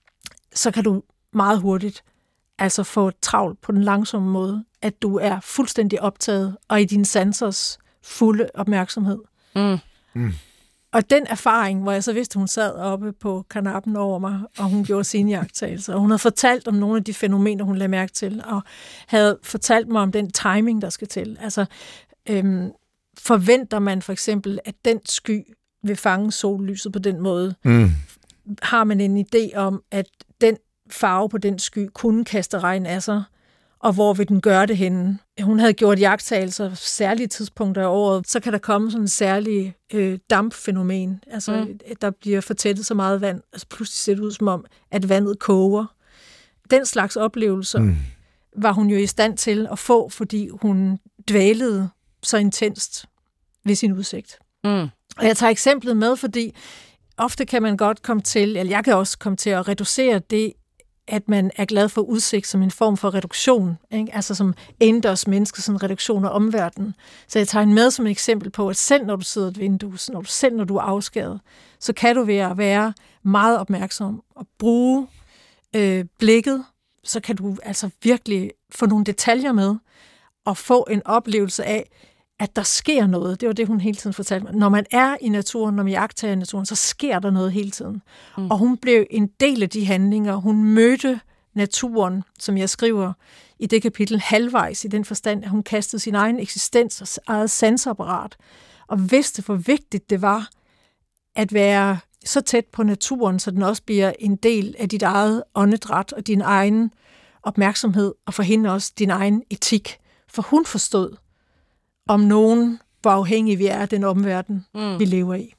så kan du meget hurtigt altså få travlt på den langsomme måde, at du er fuldstændig optaget og i din sansers fulde opmærksomhed. Mm. Mm. Og den erfaring, hvor jeg så vidste, hun sad oppe på kanappen over mig, og hun gjorde sine iagttagelser, og hun havde fortalt om nogle af de fænomener, hun lagde mærke til, og havde fortalt mig om den timing, der skal til. Altså, øhm, forventer man for eksempel, at den sky vil fange sollyset på den måde? Mm. Har man en idé om, at den farve på den sky kunne kaste regn af sig? og hvor vil den gøre det henne. Hun havde gjort jagttagelser særlige tidspunkter af året, så kan der komme sådan en særlig øh, dampfænomen. Altså, mm. der bliver fortættet så meget vand, altså pludselig ser det ud som om, at vandet koger. Den slags oplevelser mm. var hun jo i stand til at få, fordi hun dvælede så intenst ved sin udsigt. Mm. Og jeg tager eksemplet med, fordi ofte kan man godt komme til, eller jeg kan også komme til at reducere det, at man er glad for udsigt som en form for reduktion, ikke? Altså som indendørs menneske, som en reduktion af omverdenen. Så jeg tager en med som et eksempel på, at selv når du sidder i et vindue, når du, selv når du er afskæret, så kan du være at være meget opmærksom og bruge øh, blikket, så kan du altså virkelig få nogle detaljer med og få en oplevelse af, at der sker noget. Det var det, hun hele tiden fortalte mig. Når man er i naturen, når man jagttager i naturen, så sker der noget hele tiden. Mm. Og hun blev en del af de handlinger. Hun mødte naturen, som jeg skriver i det kapitel, halvvejs i den forstand, at hun kastede sin egen eksistens og eget sansapparat, og vidste, hvor vigtigt det var at være så tæt på naturen, så den også bliver en del af dit eget åndedræt og din egen opmærksomhed, og for hende også din egen etik. For hun forstod, om nogen, hvor afhængige vi er af den omverden, mm. vi lever i.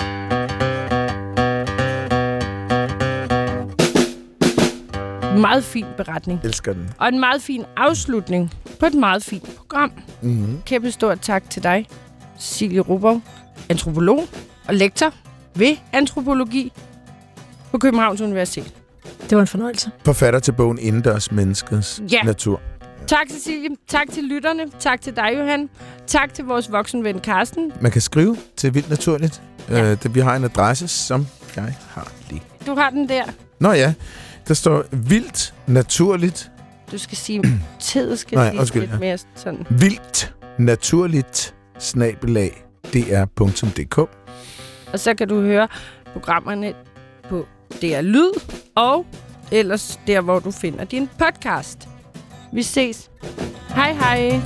En meget fin beretning. Elsker den. Og en meget fin afslutning på et meget fint program. Mm-hmm. Kæmpe stort tak til dig, Cecilie Rubov, antropolog og lektor ved antropologi på Københavns Universitet. Det var en fornøjelse. Forfatter til bogen Indendørs Menneskets ja. Natur. Tak, Cecilie. Tak til lytterne. Tak til dig, Johan. Tak til vores voksenven, Karsten. Man kan skrive til Vildt Naturligt. Ja. Øh, det, vi har en adresse, som jeg har lige. Du har den der. Nå ja, der står Vildt Naturligt. Du skal sige, tid skal Nej, sige undskyld, lidt ja. mere sådan. Vildt Naturligt snabelag d r punktum d k. Og så kan du høre programmerne på D R Lyd, og ellers der, hvor du finder din podcast. Vi ses. Hej hej.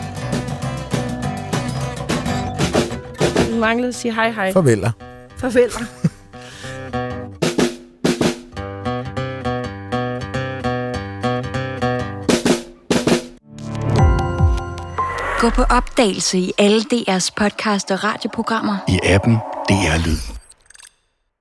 Du manglede at sige hej hej. Farveler. Farveler. Gå på opdagelse i alle D R's podcast og radioprogrammer. I appen D R Lyd.